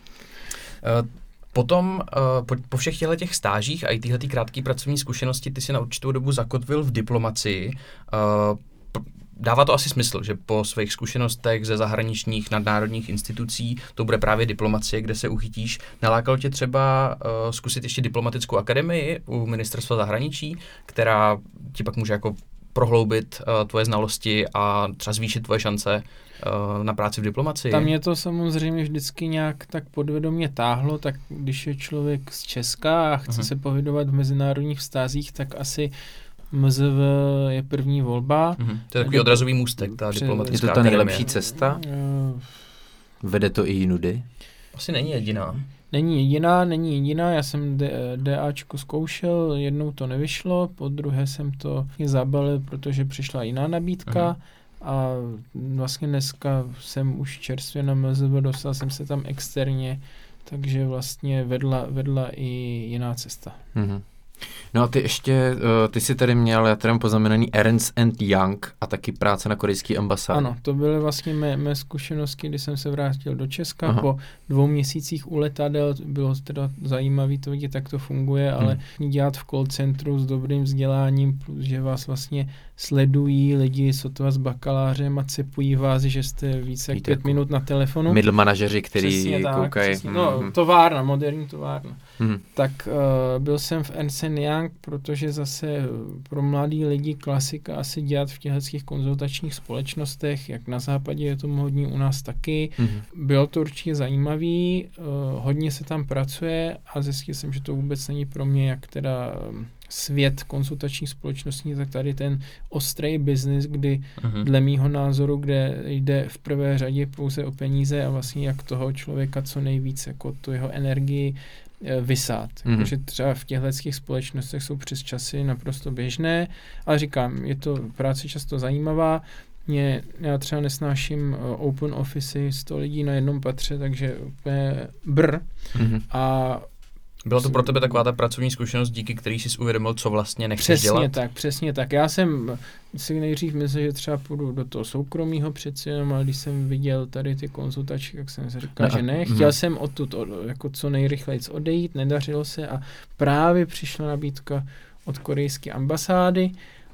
Uh, potom uh, po, po všech těchto těch stážích a i tyhle krátké pracovní zkušenosti ty si na určitou dobu zakotvil v diplomacii. Uh, Dává to asi smysl, že po svých zkušenostech ze zahraničních nadnárodních institucí to bude právě diplomacie, kde se uchytíš. Nalákalo tě třeba uh, zkusit ještě diplomatickou akademii u ministerstva zahraničí, která ti pak může jako prohloubit uh, tvoje znalosti a třeba zvýšit tvoje šance uh, na práci v diplomacii? Tam mě to samozřejmě vždycky nějak tak podvědomě táhlo, tak když je člověk z Česka a chce uh-huh. se pohybovat v mezinárodních vztazích, tak asi M Z V je první volba. Mm-hmm. To je takový odrazový můstek, ta Před, diplomatická Je to ta akademie. nejlepší cesta? Uh, Vede to i jinudy? Asi není jediná. Není jediná, není jediná. Já jsem DAčko zkoušel, jednou to nevyšlo, po druhé jsem to zabalil, protože přišla jiná nabídka. Uh-huh. A vlastně dneska jsem už čerstvě na M Z V, dostal jsem se tam externě, takže vlastně vedla, vedla i jiná cesta. Uh-huh. No a ty ještě, uh, ty jsi tady měl, já tady mám poznamenaný Ernst and Young a taky práce na korejské ambasádě. Ano, to byly vlastně mé, mé zkušenosti, kdy jsem se vrátil do Česka. Aha. Po dvou měsících u letadel bylo teda zajímavé to vidět, jak to funguje, ale hmm. dělat v call centru s dobrým vzděláním, plus, že vás vlastně sledují lidi sotva s bakalářem a cepují vás, že jste více jak pět minut na telefonu. Middle manažeři, který koukají. Mm. No, továrna, moderní továrna. Mm. Tak uh, byl jsem v Ernst and Young, protože zase pro mladý lidi klasika asi dělat v těchto konzultačních společnostech, jak na západě je to hodně, u nás taky. Mm. Bylo to určitě zajímavý, uh, hodně se tam pracuje a zjistil jsem, že to vůbec není pro mě, jak teda svět konzultačních společností, tak tady ten ostrý biznis, kdy uh-huh. dle mýho názoru, kde jde v prvé řadě pouze o peníze a vlastně jak toho člověka co nejvíc, jako tu jeho energii vysát. Uh-huh. Takže třeba v těchto společnostech jsou přes časy naprosto běžné, ale říkám, je to práce často zajímavá. Mě, já třeba nesnáším open office, sto lidí na jednom patře, takže úplně brr. Uh-huh. A byla to pro tebe taková ta pracovní zkušenost, díky který jsi uvědomil, co vlastně nechceš přesně dělat? Přesně tak, přesně tak. Já jsem si nejdřív myslel, že třeba půjdu do toho soukromého přeci jenom, ale když jsem viděl tady ty konzultačky, tak jsem si říkal, no, že ne. Chtěl mm. jsem odtud od, jako co nejrychleji odejít, nedařilo se a právě přišla nabídka od korejské ambasády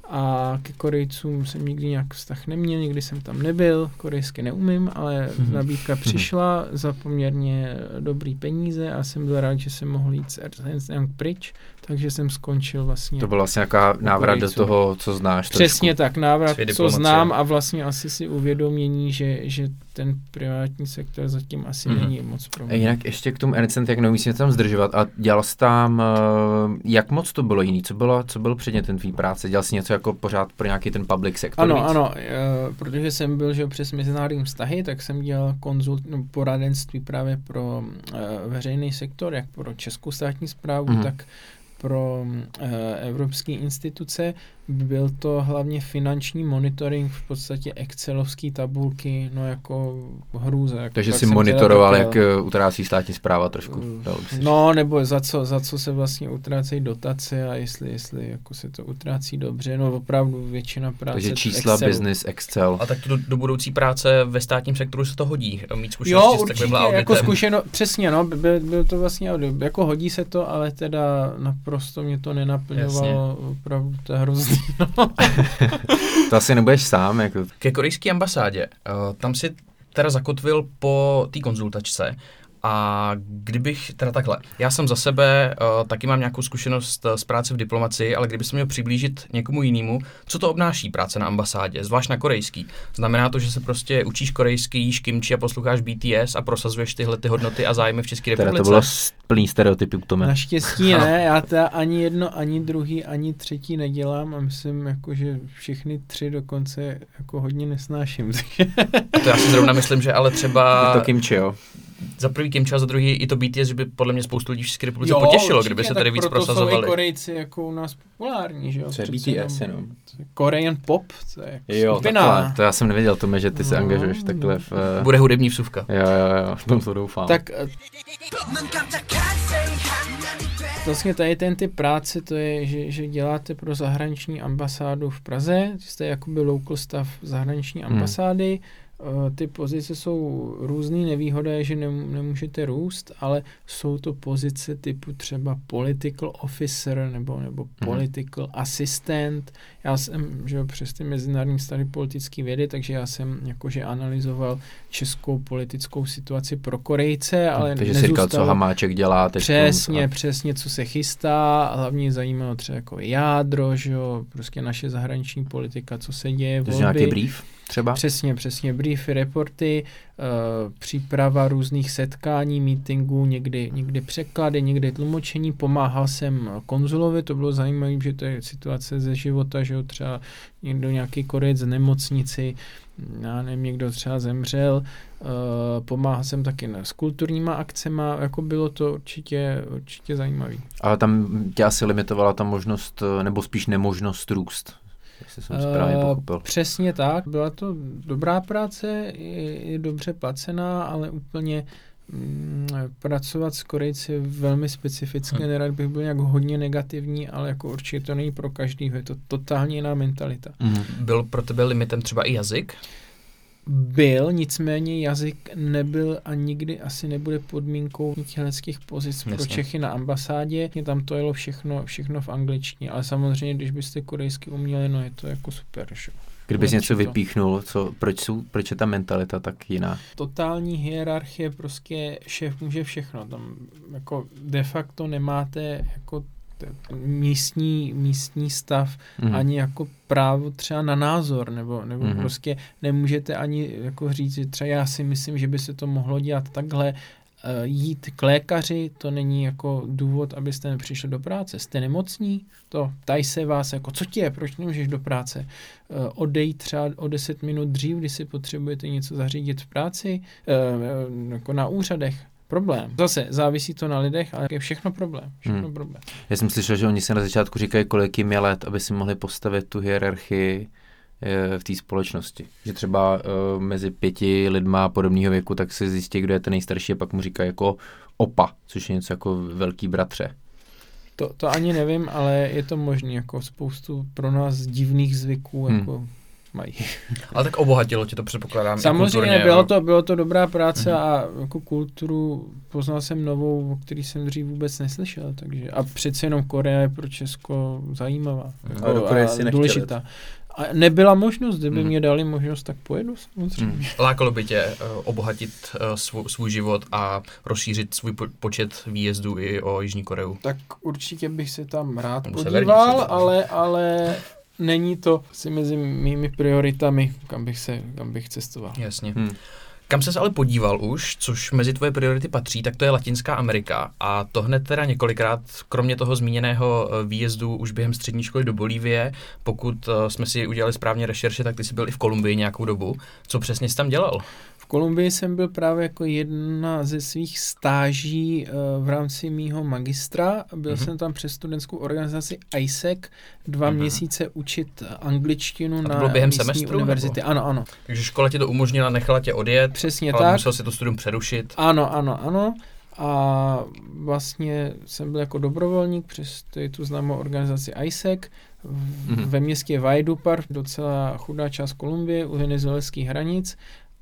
a ke Korejcům jsem nikdy nějak vztah neměl, nikdy jsem tam nebyl, korejsky neumím, ale mm-hmm. nabídka přišla za poměrně dobrý peníze a jsem byl rád, že jsem mohl jít s Ernst and Young pryč, takže jsem skončil vlastně. To byl vlastně nějaká návrat do toho, co znáš. Přesně trošku. Tak, návrat, co znám a vlastně asi si uvědomění, že, že ten privátní sektor zatím asi mm-hmm. není moc pro mě. Jinak ještě k tomu Ernst and Young, nemusíme tam zdržovat a dělal jsi tam, jak moc to bylo jiný, co bylo, co bylo předmětem tvý práce, dělal jsi něco jako pořád pro nějaký ten public sektor? Ano, víc? ano, e, protože jsem byl že přes mezinárodní vztahy, tak jsem dělal konzult, no, poradenství právě pro e, veřejný sektor, jak pro českou státní správu, mm-hmm. tak pro e, evropské instituce. Byl to hlavně finanční monitoring, v podstatě excelovský tabulky, no jako hrůza. Jako Takže jsi monitoroval, jak utrácí státní správa trošku. No, nebo za co, za co se vlastně utrácejí dotace a jestli, jestli jako se to utrácí dobře, no opravdu většina práce. Takže čísla, Excelu. business, Excel. A tak do, do budoucí práce ve státním sektoru se to hodí, mít zkušenosti jo, s takovým auditem. Jako zkušeno, přesně, no, byl, byl to vlastně audit, jako hodí se to, ale teda naprosto mě to nenaplňovalo, opravdu to je hrozný. No. To asi nebudeš sám. Jako. Ke korejské ambasádě, uh, tam si teda zakotvil po té konzultačce A kdybych, teda takhle, já jsem za sebe uh, taky mám nějakou zkušenost uh, z práce v diplomacii, ale kdyby se měl přiblížit někomu jinému, co to obnáší práce na ambasádě, zvlášť na korejský. Znamená to, že se prostě učíš korejský, jíš kimchi a posloucháš B T S a prosazuješ tyhle ty hodnoty a zájmy v České republice? Teda to bylo plný stereotypy k tomu. Naštěstí ne, já teda ani jedno, ani druhý, ani třetí nedělám a myslím, jako, že všechny tři dokonce jako hodně nesnáším. A to já si zrovna myslím, že ale třeba... Je to kimchi, jo. Za prvý kimchi a za druhý i to B T S, že by podle mě spoustu lidí v České republice jo, potěšilo, určitě, kdyby se tady víc prosazovali. Jo, proto jsou i Korejci jako u nás populární, že jo? Co je B T S jenom? Korean pop, to je jo, skupina. Takhle, to já jsem nevěděl, Tome, že ty se no, angažuješ takhle v... Uh... Bude hudební vsuvka. Jo, jo, jo, v tom to doufám. Tak vlastně tady ten typ práce, to je, že, že děláte pro zahraniční ambasádu v Praze, jste jakoby local staff zahraniční ambasády, hmm. Ty pozice jsou různý, nevýhoda je, že nemůžete růst, ale jsou to pozice typu třeba political officer nebo, nebo political mm. assistant. Já jsem, že přes ty mezinárodní vztahy politické vědy, takže já jsem jakože analyzoval českou politickou situaci pro Korejce, ale takže jsi říkal, co Hamáček dělá teď. Přesně, a... přesně, co se chystá, a hlavně zajímalo třeba jako jádro, že jo, prostě naše zahraniční politika, co se děje, volby. To je nějaký brief? Třeba? Přesně, přesně, briefy, reporty, uh, příprava různých setkání, meetingů, někdy, někdy překlady, někdy tlumočení, pomáhal jsem konzulovi, to bylo zajímavé, že to je situace ze života, že jo, třeba někdo nějaký Korejec z nemocnici, já nevím, někdo třeba zemřel, uh, pomáhal jsem taky s kulturníma akcema, jako bylo to určitě, určitě zajímavý. Ale tam tě asi limitovala ta možnost, nebo spíš nemožnost růst. Jestli jsem správně pochopil. Uh, přesně tak. Byla to dobrá práce, je, je dobře placená, ale úplně mm, pracovat s Korejci je velmi specifické. Hmm. Nerad bych byl nějak hodně negativní, ale jako určitě to není pro každýho. Je to totálně jiná mentalita. Hmm. Byl pro tebe limitem třeba i jazyk? Byl, nicméně jazyk nebyl a nikdy asi nebude podmínkou těchto pozic pro Čechy na ambasádě. Tam to jelo všechno, všechno v angličtině, ale samozřejmě, když byste korejsky uměli, no je to jako super. Že? Kdybys něco vypíchnul, co, proč, jsou, proč je ta mentalita tak jiná? Totální hierarchie, prostě šéf může všechno. Tam jako de facto nemáte jako místní, místní stav, mm. ani jako právo třeba na názor, nebo, nebo mm. prostě nemůžete ani jako říct, že třeba já si myslím, že by se to mohlo dělat takhle, uh, jít k lékaři, to není jako důvod, abyste nepřišli do práce. Jste nemocní, to ptají se vás, jako co ti je, proč nemůžeš do práce? Uh, odejít třeba o deset minut dřív, když si potřebujete něco zařídit v práci, uh, jako na úřadech. Problém. Zase závisí to na lidech, ale je všechno problém. Všechno hmm. problém. Já jsem slyšel, že oni se na začátku říkají, kolik jim je let, aby si mohli postavit tu hierarchii e, v té společnosti. Že třeba e, mezi pěti lidma podobného věku, tak si zjistí, kdo je ten nejstarší a pak mu říkají jako opa, což je něco jako velký bratře. To, to ani nevím, ale je to možné, jako spoustu pro nás divných zvyků, hmm. jako mají. Ale tak obohatilo tě to, předpokládám. Samozřejmě, bylo to, bylo to dobrá práce mm-hmm. a jako kulturu poznal jsem novou, o který jsem dřív vůbec neslyšel, takže a přece jenom Korea je pro Česko zajímavá mm. a, do Koreje si a důležitá. A nebyla možnost, kdyby mm. mě dali možnost, tak pojedu samozřejmě. Mm. Lákalo by tě uh, obohatit uh, svůj, svůj život a rozšířit svůj po- počet výjezdů i o Jižní Koreu? Tak určitě bych se tam rád Nebo podíval, severní, ale, ale není to si mezi mými prioritami, kam bych se, kam bych cestoval. Jasně. Hmm. Kam ses ale podíval už, což mezi tvoje priority patří, tak to je Latinská Amerika. A to hned teda několikrát, kromě toho zmíněného výjezdu už během střední školy do Bolívie, pokud jsme si udělali správně rešerše, tak ty jsi byl i v Kolumbii nějakou dobu. Co přesně jsi tam dělal? V Kolumbii jsem byl právě jako jedna ze svých stáží uh, v rámci mýho magistra. Byl mm-hmm. jsem tam přes studentskou organizaci I S E C dva mm-hmm. měsíce učit angličtinu na během místní semestru, univerzity. Nebo? Ano, ano. Takže škola ti to umožnila, nechala tě odjet, přesně ale tak. musel si to studium přerušit. Ano, ano, ano. A vlastně jsem byl jako dobrovolník přes tu známou organizaci I S E C v, mm-hmm. ve městě Valledupar, docela chudá část Kolumbie, u venezuelských hranic.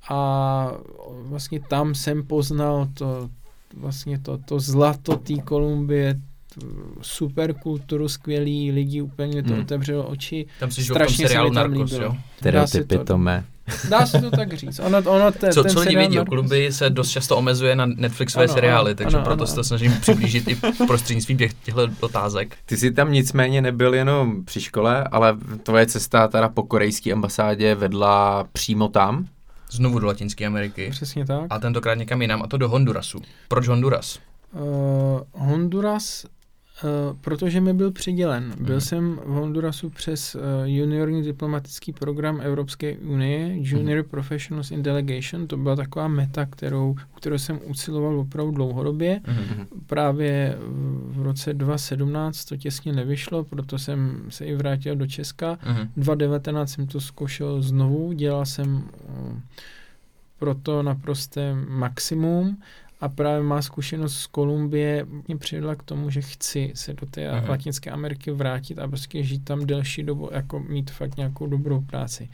A vlastně tam jsem poznal to, vlastně to, to zlato té Kolumbie, super kulturu, skvělí lidi, úplně to hmm. otevřelo oči. Tam si žil v tom seriálu Narcos, jo? Stereotypy, Tome. Dá se to tak říct. Ono, ono te, co, ten co lidi seriál vidí o Narcos- Kolumbii se dost často omezuje na Netflixové Ano, seriály, ano, takže ano, proto ano, se to ano. snažím přiblížit i prostřednictvím těch, těchto otázek. Ty jsi tam nicméně nebyl jenom při škole, ale tvoje cesta teda po korejské ambasádě vedla přímo tam? Znovu do Latinské Ameriky. Přesně tak. A tentokrát někam jinam, a to do Hondurasu. Proč Honduras? Uh, Honduras, uh, protože mi byl přidělen. Byl Mhm. jsem v Hondurasu přes uh, juniorní diplomatický program Evropské unie, Junior Mhm. Professionals in Delegation. To byla taková meta, kterou, kterou jsem usiloval opravdu dlouhodobě. Mhm. Právě v roce dva tisíce sedmnáct to těsně nevyšlo, proto jsem se i vrátil do Česka. Mhm. dva tisíce devatenáct jsem to zkoušel znovu, dělal jsem uh, proto naprosté maximum a právě má zkušenost z Kolumbie mě přivedla k tomu, že chci se do té Mhm. Latinské Ameriky vrátit a prostě žít tam delší dobu, jako mít fakt nějakou dobrou práci.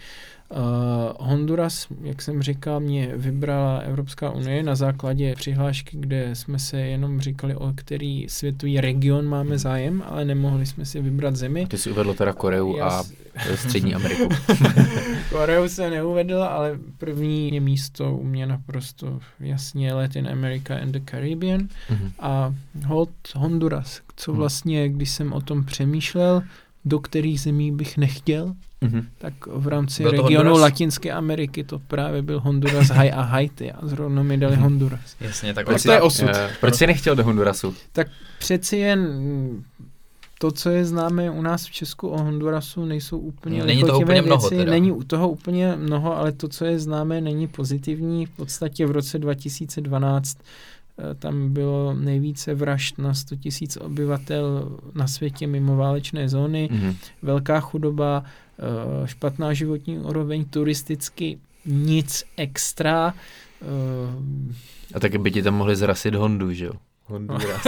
Uh, Honduras, jak jsem říkal, mě vybrala Evropská unie na základě přihlášky, kde jsme se jenom říkali, o který světový region máme zájem, ale nemohli jsme si vybrat zemi. Ty jsi uvedl teda Koreu Já a s- Střední Ameriku. Koreu se neuvedla, ale první místo u mě naprosto jasně Latin America and the Caribbean Mhm. a hold Honduras, co Hmm. vlastně, když jsem o tom přemýšlel, do kterých zemí bych nechtěl, Mhm. tak v rámci Byl to regionu Honduras? Latinské Ameriky to právě byl Honduras, Hai a Haiti a zrovna mi dali Honduras. Jasně, tak Proč on- to je osud. Eh, Proč jsi nechtěl do Hondurasu? Tak přeci jen mm, to, co je známé u nás v Česku o Hondurasu, nejsou úplně Není toho lichotivé úplně mnoho věci. teda. Není u toho úplně mnoho, ale to, co je známé, není pozitivní. V podstatě v roce dva tisíce dvanáct eh, tam bylo nejvíce vražd na sto tisíc obyvatel na světě mimo válečné zóny, Mhm. velká chudoba, eh, špatná životní úroveň, turisticky nic extra. eh, A taky by ti tam mohli zrasit Hondu, že jo? Honduras.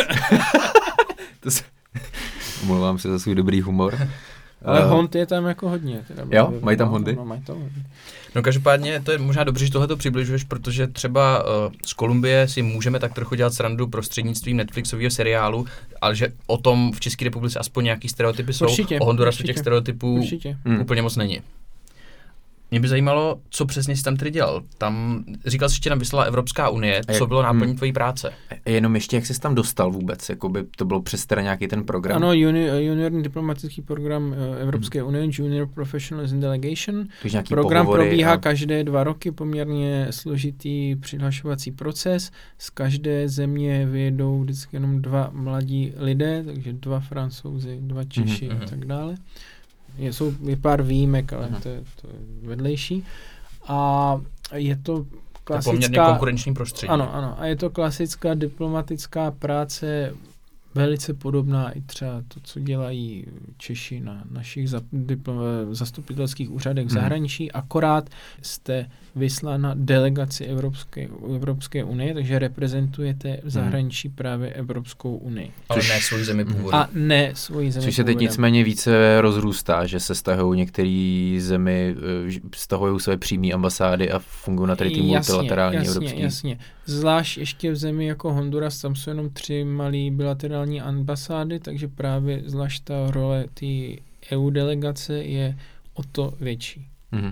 To se... Omlouvám se za svůj dobrý humor. Ale Eh, Hond je tam jako hodně. Teda, Jo? Mají tam Hondy? No, mají tam Hondy. No každopádně to je možná dobře, že tohleto přibližuješ, protože třeba uh, z Kolumbie si můžeme tak trochu dělat srandu prostřednictvím Netflixového seriálu, ale že o tom v České republice aspoň nějaký stereotypy jsou, Určitě, o Hondurasu určitě. těch stereotypů Určitě. Hmm. úplně moc není. Mě by zajímalo, co přesně jsi tam tedy dělal. Tam, říkal jsi, že tě tam vyslala Evropská unie, A jak- co bylo náplní hmm. tvojí práce? Jenom ještě, jak jsi tam dostal vůbec? Jakoby to bylo přes teda nějaký ten program? Ano, juni, juniorní diplomatický program eh, Evropské Hmm. unie, Junior Professionals in Delegation. Takže nějaký Program pohovory probíhá a... každé dva roky, poměrně složitý přihlašovací proces. Z každé země vyjedou vždycky jenom dva mladí lidé, takže dva Francouzi, dva Češi Mhm. a tak dále. Je, jsou, je pár výjimek, ale Mhm. to, je, to je vedlejší. A je to To je klasická... poměrně konkurenční prostředí. Ano, ano. A je to klasická diplomatická práce, velice podobná i třeba to, co dělají Češi na našich za, diplo, zastupitelských úřadech v Hmm. zahraničí. Akorát jste vyslána delegaci Evropské, Evropské unie, takže reprezentujete v zahraničí právě Evropskou unii. Ale Což- ne svůj zemi Mhm. původu. A ne svoji zemi Což se teď původem. nicméně více rozrůstá, že se stahují některé zemi, eh, stahují své přímé ambasády a fungují na tady ty multilaterální jasně, evropský. Jasně, zvlášť ještě v zemi jako Honduras, tam jsou jenom tři malé bilaterální ambasády, takže právě zvlášť ta role té E U delegace je o to větší. Mhm.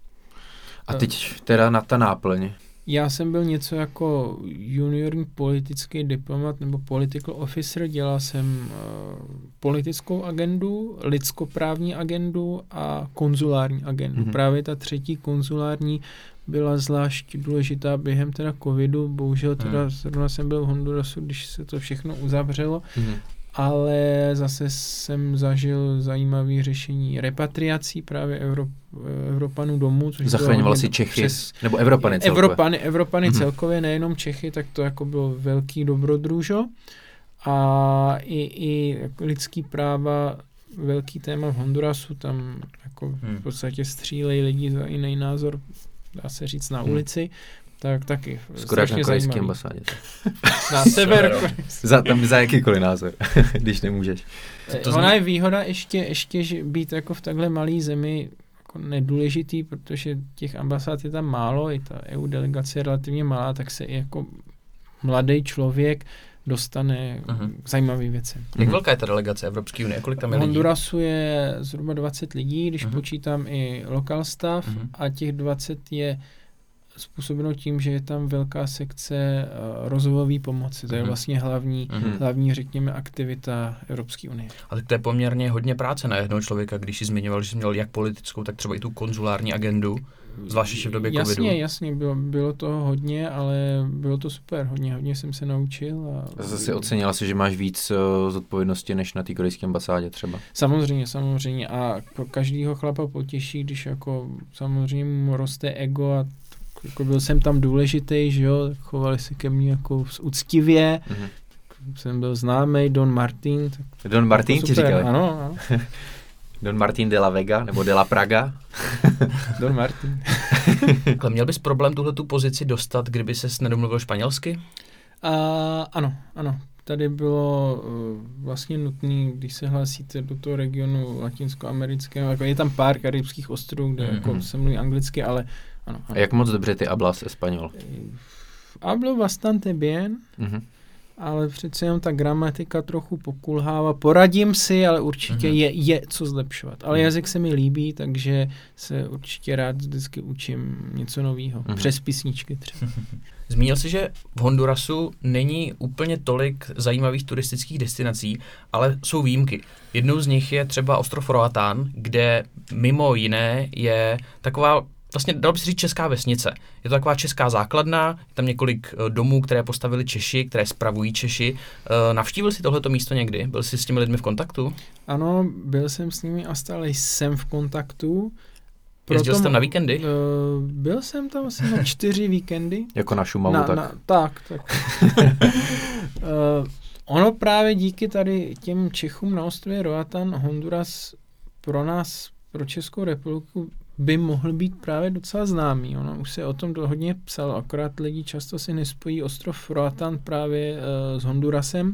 A teď teda na ta náplň. Já jsem byl něco jako juniorní politický diplomat nebo political officer, dělal jsem uh, politickou agendu, lidskoprávní agendu a konzulární agendu. Mhm. Mm-hmm. Právě ta třetí konzulární byla zvlášť důležitá během teda covidu, bohužel teda Mhm. zrovna jsem byl v Hondurasu, když se to všechno uzavřelo, Mhm. ale zase jsem zažil zajímavé řešení repatriací právě Evrop, Evropanů domů. Což bylo Zachraňoval hodně si Čechy, přes, nebo Evropany celkově. Evropany, Evropany Mhm. celkově, nejenom Čechy, tak to jako bylo velký dobrodružo. A i, i jako lidský práva, velký téma v Hondurasu, tam jako Hmm. v podstatě střílejí lidi za jiný názor, dá se říct, na Hmm. ulici. Tak taky Skoro jak na strašně korejské zajímavý. ambasádě. Na sever. Za, tam za jakýkoliv názor, když nemůžeš. To- to Ona znamená- je výhoda ještě, ještě že být jako v takhle malé zemi jako nedůležitý, protože těch ambasád je tam málo, i ta E U delegace je relativně malá, tak se i jako mladý člověk dostane uh-huh. k zajímavým věcem. Jak uh-huh. velká je ta delegace Evropské unie? Kolik tam je lidí? Hondurasu je zhruba dvacet lidí, když uh-huh. počítám i local staff uh-huh. a těch dvacet je způsobeno tím, že je tam velká sekce uh, rozvojové pomoci. To je vlastně hlavní, mm-hmm. hlavní, řekněme, aktivita Evropské unie. Ale to je poměrně hodně práce na jednoho člověka, když si zmiňoval, že jsi měl jak politickou, tak třeba i tu konzulární agendu, zvláště v době jasně, covidu. Jasně, jasně, bylo, bylo toho hodně, ale bylo to super, hodně, hodně jsem se naučil. A zase ocenila si, že máš víc uh, zodpovědnosti než na té korejské ambasádě třeba. Samozřejmě, samozřejmě a každýho chlapa potěší, když jako samozřejmě mu roste ego a jako byl jsem tam důležitý, že jo, chovali se ke mně jako úctivě, mm-hmm. jsem byl známý, Don Martin. Tak Don Martin ti říkali? Ano, ano. Don Martin de la Vega, nebo de la Praga? Don Martin. Ale měl bys problém tuhletu pozici dostat, kdyby ses nedomluvil španělsky? Uh, ano, ano. Tady bylo uh, vlastně nutné, když se hlásíte do toho regionu latinskoamerického, jako je tam pár karibských ostrovů, kde mm-hmm. jako se mluví anglicky, ale ano, ano. A jak moc dobře ty hablas español? Hablo bastante bien, mm-hmm. ale přece jenom ta gramatika trochu pokulhává. Poradím si, ale určitě mm-hmm. je, je co zlepšovat. Ale mm-hmm. jazyk se mi líbí, takže se určitě rád vždycky učím něco nového. Mm-hmm. Přes písničky třeba. Zmínil jsi, že v Hondurasu není úplně tolik zajímavých turistických destinací, ale jsou výjimky. Jednou z nich je třeba ostrov Roatán, kde mimo jiné je taková vlastně dalo by se říct česká vesnice. Je to taková česká základna, je tam několik domů, které postavili Češi, které spravují Češi. Navštívil jsi tohleto místo někdy? Byl jsi s těmi lidmi v kontaktu? Ano, byl jsem s nimi a stále jsem v kontaktu. Jezdil jsi tam na víkendy? Uh, byl jsem tam asi na čtyři víkendy. Jako na Šumavu, na, tak? Na, tak, tak. uh, ono právě díky tady těm Čechům na ostrově Roatán, Honduras pro nás, pro Českou republiku, by mohl být právě docela známý. Ono už se o tom hodně psalo, akorát lidi často si nespojí ostrov Roatán právě uh, s Hondurasem.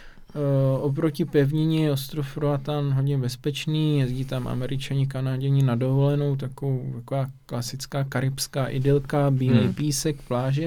Uh, oproti pevnině je ostrov Roatán hodně bezpečný, jezdí tam Američani, Kanaděni na dovolenou, takovou, taková klasická karibská idylka, bílý hmm. písek, pláže.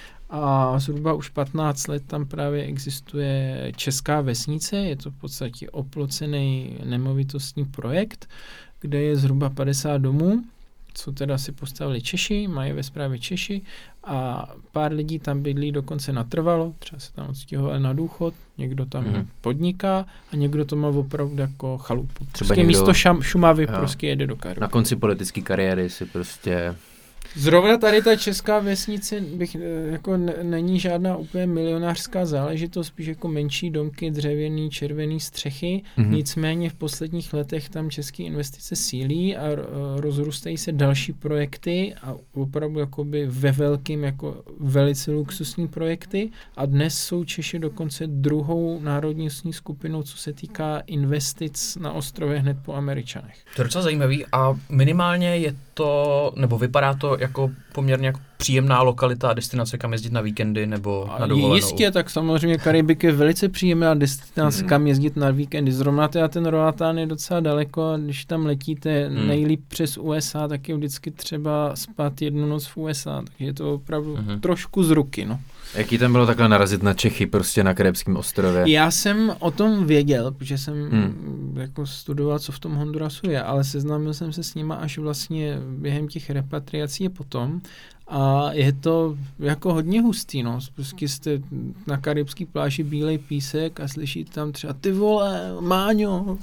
A zhruba už patnáct let tam právě existuje česká vesnice, je to v podstatě oplocený nemovitostní projekt, kde je zhruba padesát domů, co teda si postavili Češi, mají ve správě Češi a pár lidí tam bydlí dokonce natrvalo, třeba se tam odstěhovali na důchod, někdo tam mm. podniká a někdo to má opravdu jako chalupu. Třeba prostě někdo, místo šam, Šumavy jo, prostě jede do Karviné. Na konci politické kariéry si prostě... Zrovna tady ta česká vesnice bych, jako ne, není žádná úplně milionářská záležitost, spíš jako menší domky, dřevěný, červený střechy. Mm-hmm. Nicméně v posledních letech tam české investice sílí a rozrůstají se další projekty a opravdu jakoby ve velkým jako velice luxusní projekty. A dnes jsou Češi dokonce druhou národnostní skupinou, co se týká investic na ostrově hned po Američanech. To je docela zajímavý a minimálně je to, nebo vypadá to jako poměrně jako příjemná lokalita a destinace, kam jezdit na víkendy nebo na dovolenou. Jistě, tak samozřejmě Karibik je velice příjemná destinace, hmm. kam jezdit na víkendy. Zrovna teda ten Roatán je docela daleko, když tam letíte hmm. nejlíp přes U S A, tak je vždycky třeba spát jednu noc v U S A, takže je to opravdu hmm. trošku z ruky, no. Jaký tam bylo takhle narazit na Čechy, prostě na Karibském ostrově? Já jsem o tom věděl, protože jsem hmm. jako studoval, co v tom Hondurasu je, ale seznámil jsem se s nima až vlastně během těch repatriací potom a je to jako hodně hustý, no. Prostě jste na karibský pláži bílej písek a slyšíte tam třeba ty vole, Máňo.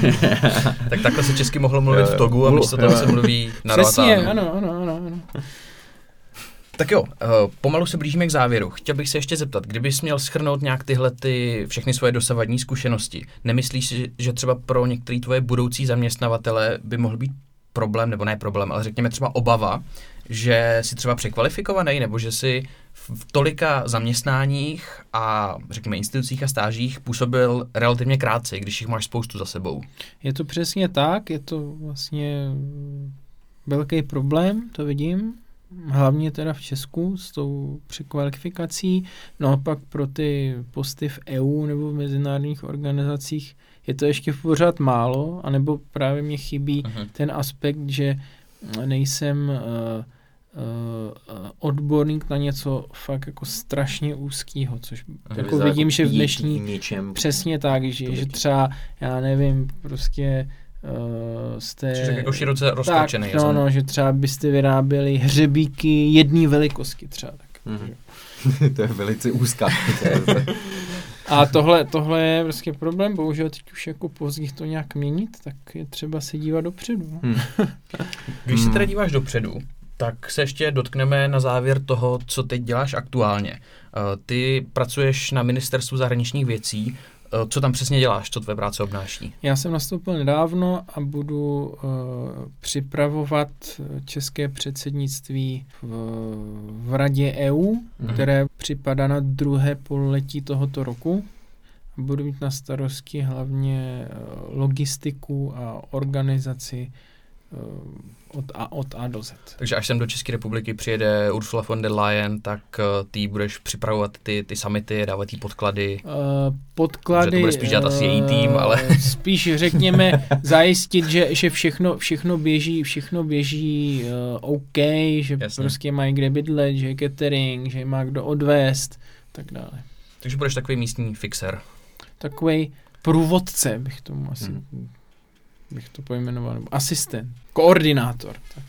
Tak takhle se česky mohlo mluvit v Togu a místo tam se mluví na Roatánu. Přesně, ano, ano, ano, ano. Tak jo, pomalu se blížíme k závěru. Chtěl bych se ještě zeptat, kdybys měl shrnout nějak tyhle ty všechny svoje dosavadní zkušenosti, nemyslíš si, že třeba pro některé tvoje budoucí zaměstnavatele by mohl být problém, nebo ne problém, ale řekněme třeba obava, že jsi třeba překvalifikovaný, nebo že jsi v tolika zaměstnáních a řekněme institucích a stážích působil relativně krátce, když jich máš spoustu za sebou? Je to přesně tak, je to vlastně velký problém, to vidím. Hlavně teda v Česku s tou překvalifikací, no a pak pro ty posty v E U nebo v mezinárodních organizacích je to ještě pořád málo, anebo právě mě chybí uh-huh. ten aspekt, že nejsem uh, odborník na něco fakt jako strašně úzkýho, což Aha, jako vidím, že v dnešní něčem, přesně tak, že, že třeba, já nevím, prostě uh, jste... Čiže jako široce rozkročený. Tak, no, no, že třeba byste vyráběli hřebíky jedné velikosti třeba. Tak. Mm-hmm. To je velice úzká. A tohle, tohle je prostě problém, bohužel teď už jako pozdě to nějak měnit, tak je třeba se dívat dopředu. Hmm. Když se teda díváš dopředu, tak se ještě dotkneme na závěr toho, co teď děláš aktuálně. Ty pracuješ na Ministerstvu zahraničních věcí. Co tam přesně děláš? Co tvé práce obnáší? Já jsem nastoupil nedávno a budu uh, připravovat české předsednictví v, v Radě E U, mm-hmm. které připadá na druhé pololetí tohoto roku. Budu mít na starosti hlavně uh, logistiku a organizaci uh, od A, od A do Z. Takže až sem do České republiky přijede Ursula von der Leyen, tak uh, ty budeš připravovat ty, ty summity, dávat jí podklady. Uh, podklady. Že to bude spíš dělat asi její tým, ale... Spíš řekněme zajistit, že, že všechno, všechno běží, všechno běží uh, OK, že Jasně. prostě mají kde bydlet, že je catering, že má kdo odvést, tak dále. Takže budeš takový místní fixer. Takový průvodce bych tomu asi... Hmm. bych to pojmenoval, nebo asistent, koordinátor. Tak.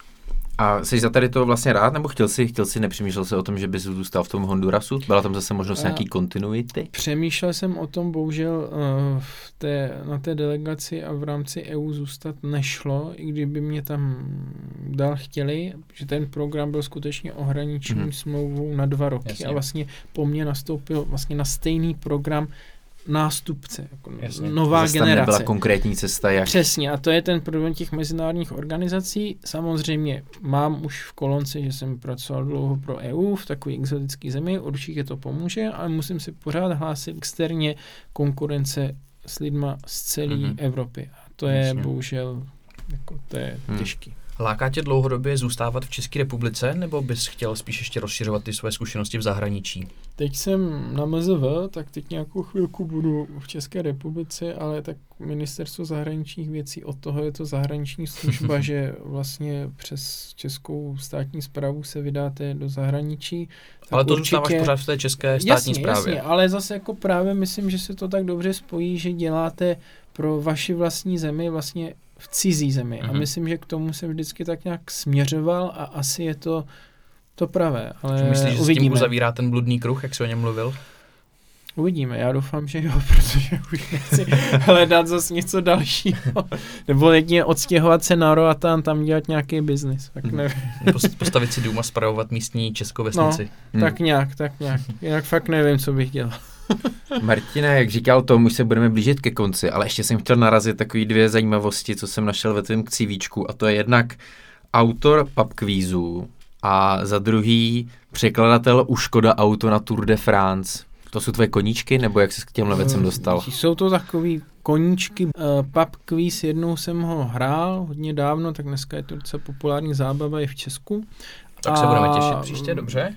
A jsi za tady to vlastně rád, nebo chtěl jsi, chtěl jsi, nepřemýšlel jsi o tom, že bys zůstal v tom Hondurasu? Byla tam zase možnost nějaký kontinuity? Přemýšlel jsem o tom, bohužel uh, v té, na té delegaci a v rámci E U zůstat nešlo, i kdyby mě tam dál chtěli, že ten program byl skutečně ohraničený mm-hmm. smlouvou na dva roky. Jasně. A vlastně po mně nastoupil vlastně na stejný program nástupce, jako Jasně. nová Zase generace. Tam nebyla konkrétní cesta, jak... Přesně, a to je ten problém těch mezinárodních organizací. Samozřejmě mám už v kolonci, že jsem pracoval dlouho pro E U v takové exotické zemi, určitě to pomůže, ale musím si pořád hlásit externě konkurence s lidma z celé mm-hmm. Evropy. A to je Jasně. bohužel jako, to je hmm. těžký. Láká tě dlouhodobě zůstávat v České republice, nebo bys chtěl spíš ještě rozšiřovat ty své zkušenosti v zahraničí? Teď jsem na M Z V, tak teď nějakou chvilku budu v České republice, ale tak Ministerstvo zahraničních věcí, od toho je to zahraniční služba, že vlastně přes českou státní správu se vydáte do zahraničí. Ale to určitě... zůstáváš pořád v té české státní jasně, správě. Jasně, ale zase jako právě myslím, že se to tak dobře spojí, že děláte pro vaši vlastní zemi vlastně v cizí zemi. Mm-hmm. A myslím, že k tomu jsem vždycky tak nějak směřoval a asi je to to pravé. Ale myslíš, že uvidíme. S tím uzavírá ten bludný kruh, jak jsi o něm mluvil? Uvidíme, já doufám, že jo, protože už nechci hledat zase něco dalšího. Nebo jedině odstěhovat se na Roatán, tam dělat nějaký biznis. Tak nevím. Postavit si dům a spravovat místní českou vesnici. No, hmm. tak nějak, tak nějak. Jinak fakt nevím, co bych dělal. Martina, jak říkal Tom, už se budeme blížit ke konci, ale ještě jsem chtěl narazit takový dvě zajímavosti, co jsem našel ve tvém CVčku, a to je jednak autor pubquízů a za druhý překladatel u Škoda Auto na Tour de France. To jsou tvoje koníčky, nebo jak jsi k těmhle věcem dostal? Jsou to takový koníčky. Uh, pubquiz, jednou jsem ho hrál hodně dávno, tak dneska je to docela populární zábava i v Česku. Tak se a, budeme těšit příště, dobře.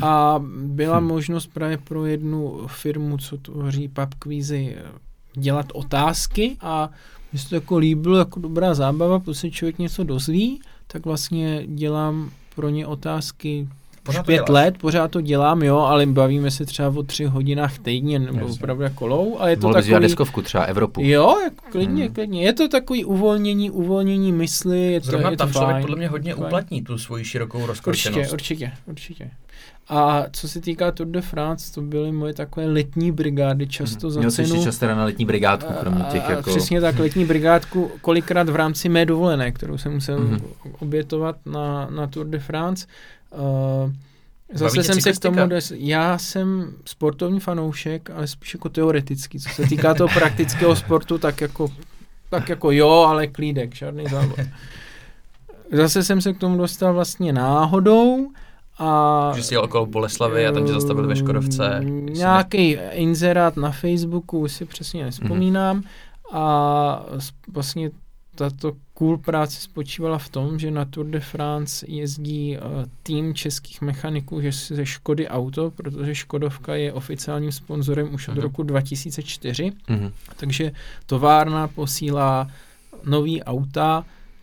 A byla možnost právě pro jednu firmu, co tvoří pubquizy, dělat otázky a mně se to jako líbilo, jako dobrá zábava, protože se člověk něco dozví, tak vlastně dělám pro ně otázky už pět let, pořád to dělám, jo, ale bavíme se třeba o tři hodinách týdně, nebo opravdu jako low, ale je to Mohl takový... Mohl deskovku, třeba Evropu. Jo, jako klidně, hmm. klidně. Je to takový uvolnění, uvolnění mysli, je to, Zrovna je tam to člověk fajn, podle mě hodně fajn. uplatní tu svoji širokou rozkročenost. Určitě, určitě, určitě. A co se týká Tour de France, to byly moje takové letní brigády, často hmm. za Měl cenu. Měl jsi čas teda na letní brigádku, kromě těch a, jako... Přesně tak, letní brigádku, kolikrát v rámci mé dovolené, kterou jsem musel hmm. obětovat na, na Tour de France. Uh, Zase jsem se k tomu, des... já jsem sportovní fanoušek, ale spíš jako teoretický, co se týká toho praktického sportu, tak jako, tak jako jo, ale klídek, žádný závod. Zase jsem se k tomu dostal vlastně náhodou a... Že jsi jel okolo Boleslavy a tam tě zastavili ve Škodovce. Nějaký ne... inzerát na Facebooku, už si přesně nespomínám, mm-hmm. a vlastně tato cool práce spočívala v tom, že na Tour de France jezdí uh, tým českých mechaniků že ze Škody Auto, protože Škodovka je oficiálním sponzorem už od uh-huh. roku dva tisíce čtyři, uh-huh. takže továrna posílá nový auta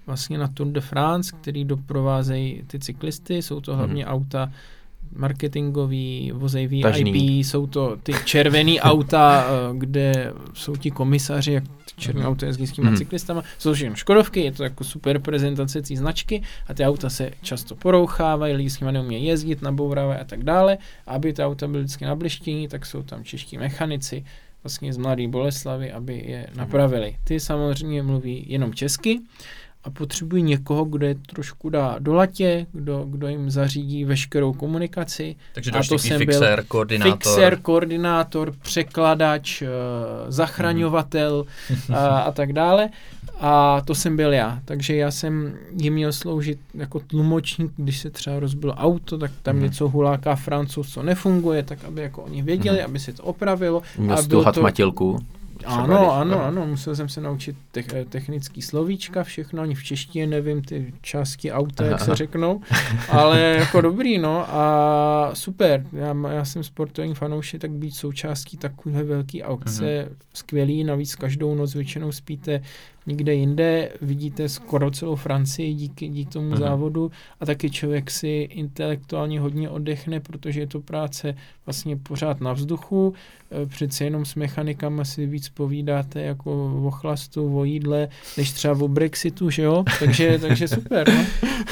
vlastně na Tour de France, který doprovázejí ty cyklisty. Jsou to hlavně hmm. auta marketingový, vozejí V I P, jsou to ty červený auta, kde jsou ti komisaři, jak černé mm. auto jezdí s těma mm. cyklistama, jsou to všechno Škodovky, je to jako super prezentace té značky a ty auta se často porouchávají, lidi s nimi neumějí jezdit, nabourávají a tak dále. A aby ty auta byly vždycky nablištění, tak jsou tam čeští mechanici, vlastně z Mladé Boleslavi, aby je napravili. Ty samozřejmě mluví jenom česky a potřebují někoho, kdo je trošku dá do latě, kdo, kdo jim zařídí veškerou komunikaci. Takže a to jsem fixer, byl koordinátor. Fixer, koordinátor, překladač, uh, zachraňovatel mm. a, a tak dále. A to jsem byl já. Takže já jsem jim měl sloužit jako tlumočník, když se třeba rozbilo auto, tak tam mm. něco huláká Francouz, co nefunguje, tak aby jako oni věděli, mm. aby se to opravilo. Měl jsi tu hatmatilku. Ano, ano, ano, musel jsem se naučit te- technický slovíčka, všechno, ani v češtině nevím ty části auta, jak se řeknou, ale jako dobrý, no a super, já, já jsem sportovní fanoušek, tak být součástí takovéhle velký aukce, uh-huh. skvělý, navíc každou noc většinou spíte někde jinde, vidíte skoro celou Francii díky, díky tomu uh-huh. závodu a taky člověk si intelektuálně hodně oddechne, protože je to práce vlastně pořád na vzduchu, přece jenom s mechanikama si víc povídáte jako o chlastu, o jídle, než třeba o Brexitu, že jo? Takže, takže super, no.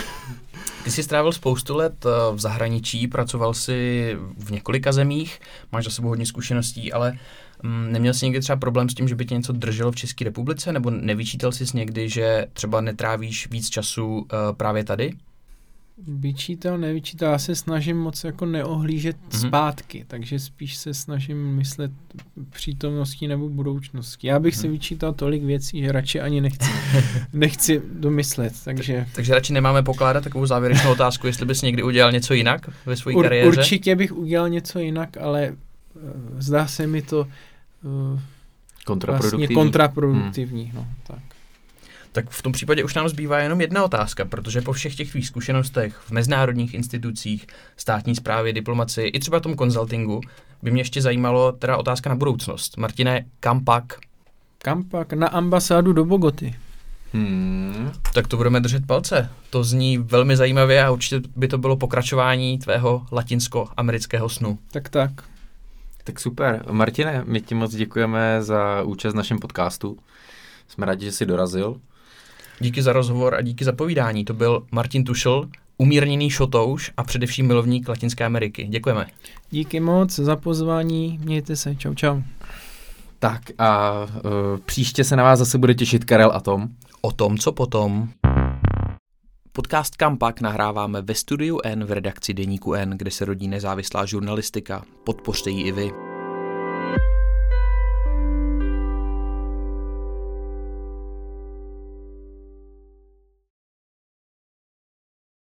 Ty jsi strávil spoustu let v zahraničí, pracoval jsi v několika zemích, máš za sebou hodně zkušeností, ale mm, neměl jsi někdy třeba problém s tím, že by tě něco drželo v České republice, nebo nevyčítal jsi někdy, že třeba netrávíš víc času uh, právě tady? Vyčítal, nevyčítal, já se snažím moc jako neohlížet mm-hmm. zpátky, takže spíš se snažím myslet přítomností nebo budoucností. Já bych mm-hmm. si vyčítal tolik věcí, že radši ani nechci, nechci domyslet, takže... Takže radši nemáme pokládat takovou závěrečnou otázku, jestli bys někdy udělal něco jinak ve své Ur, kariéře? Určitě bych udělal něco jinak, ale uh, zdá se mi to uh, kontraproduktivní. Vlastně kontraproduktivní, hmm. no, tak. Tak v tom případě už nám zbývá jenom jedna otázka, protože po všech těch tvých zkušenostech v mezinárodních institucích, státní správě, diplomacii i třeba tom konzultingu by mě ještě zajímalo teda otázka na budoucnost. Martine, kam pak? Kam pak? Na ambasádu do Bogoty. Hmm. Tak to budeme držet palce. To zní velmi zajímavě a určitě by to bylo pokračování tvého latinsko-amerického snu. Tak tak. Tak super. Martine, my ti moc děkujeme za účast v našem podcastu. Jsme rádi, že jsi dorazil. Díky za rozhovor a díky za povídání. To byl Martin Tušl, umírněný šotouš a především milovník Latinské Ameriky. Děkujeme. Díky moc za pozvání. Mějte se. Čau, čau. Tak a uh, příště se na vás zase bude těšit Karel a Tom. O tom, co potom. Podcast Kampak nahráváme ve Studiu N v redakci Deníku N, kde se rodí nezávislá žurnalistika. Podpořte ji i vy.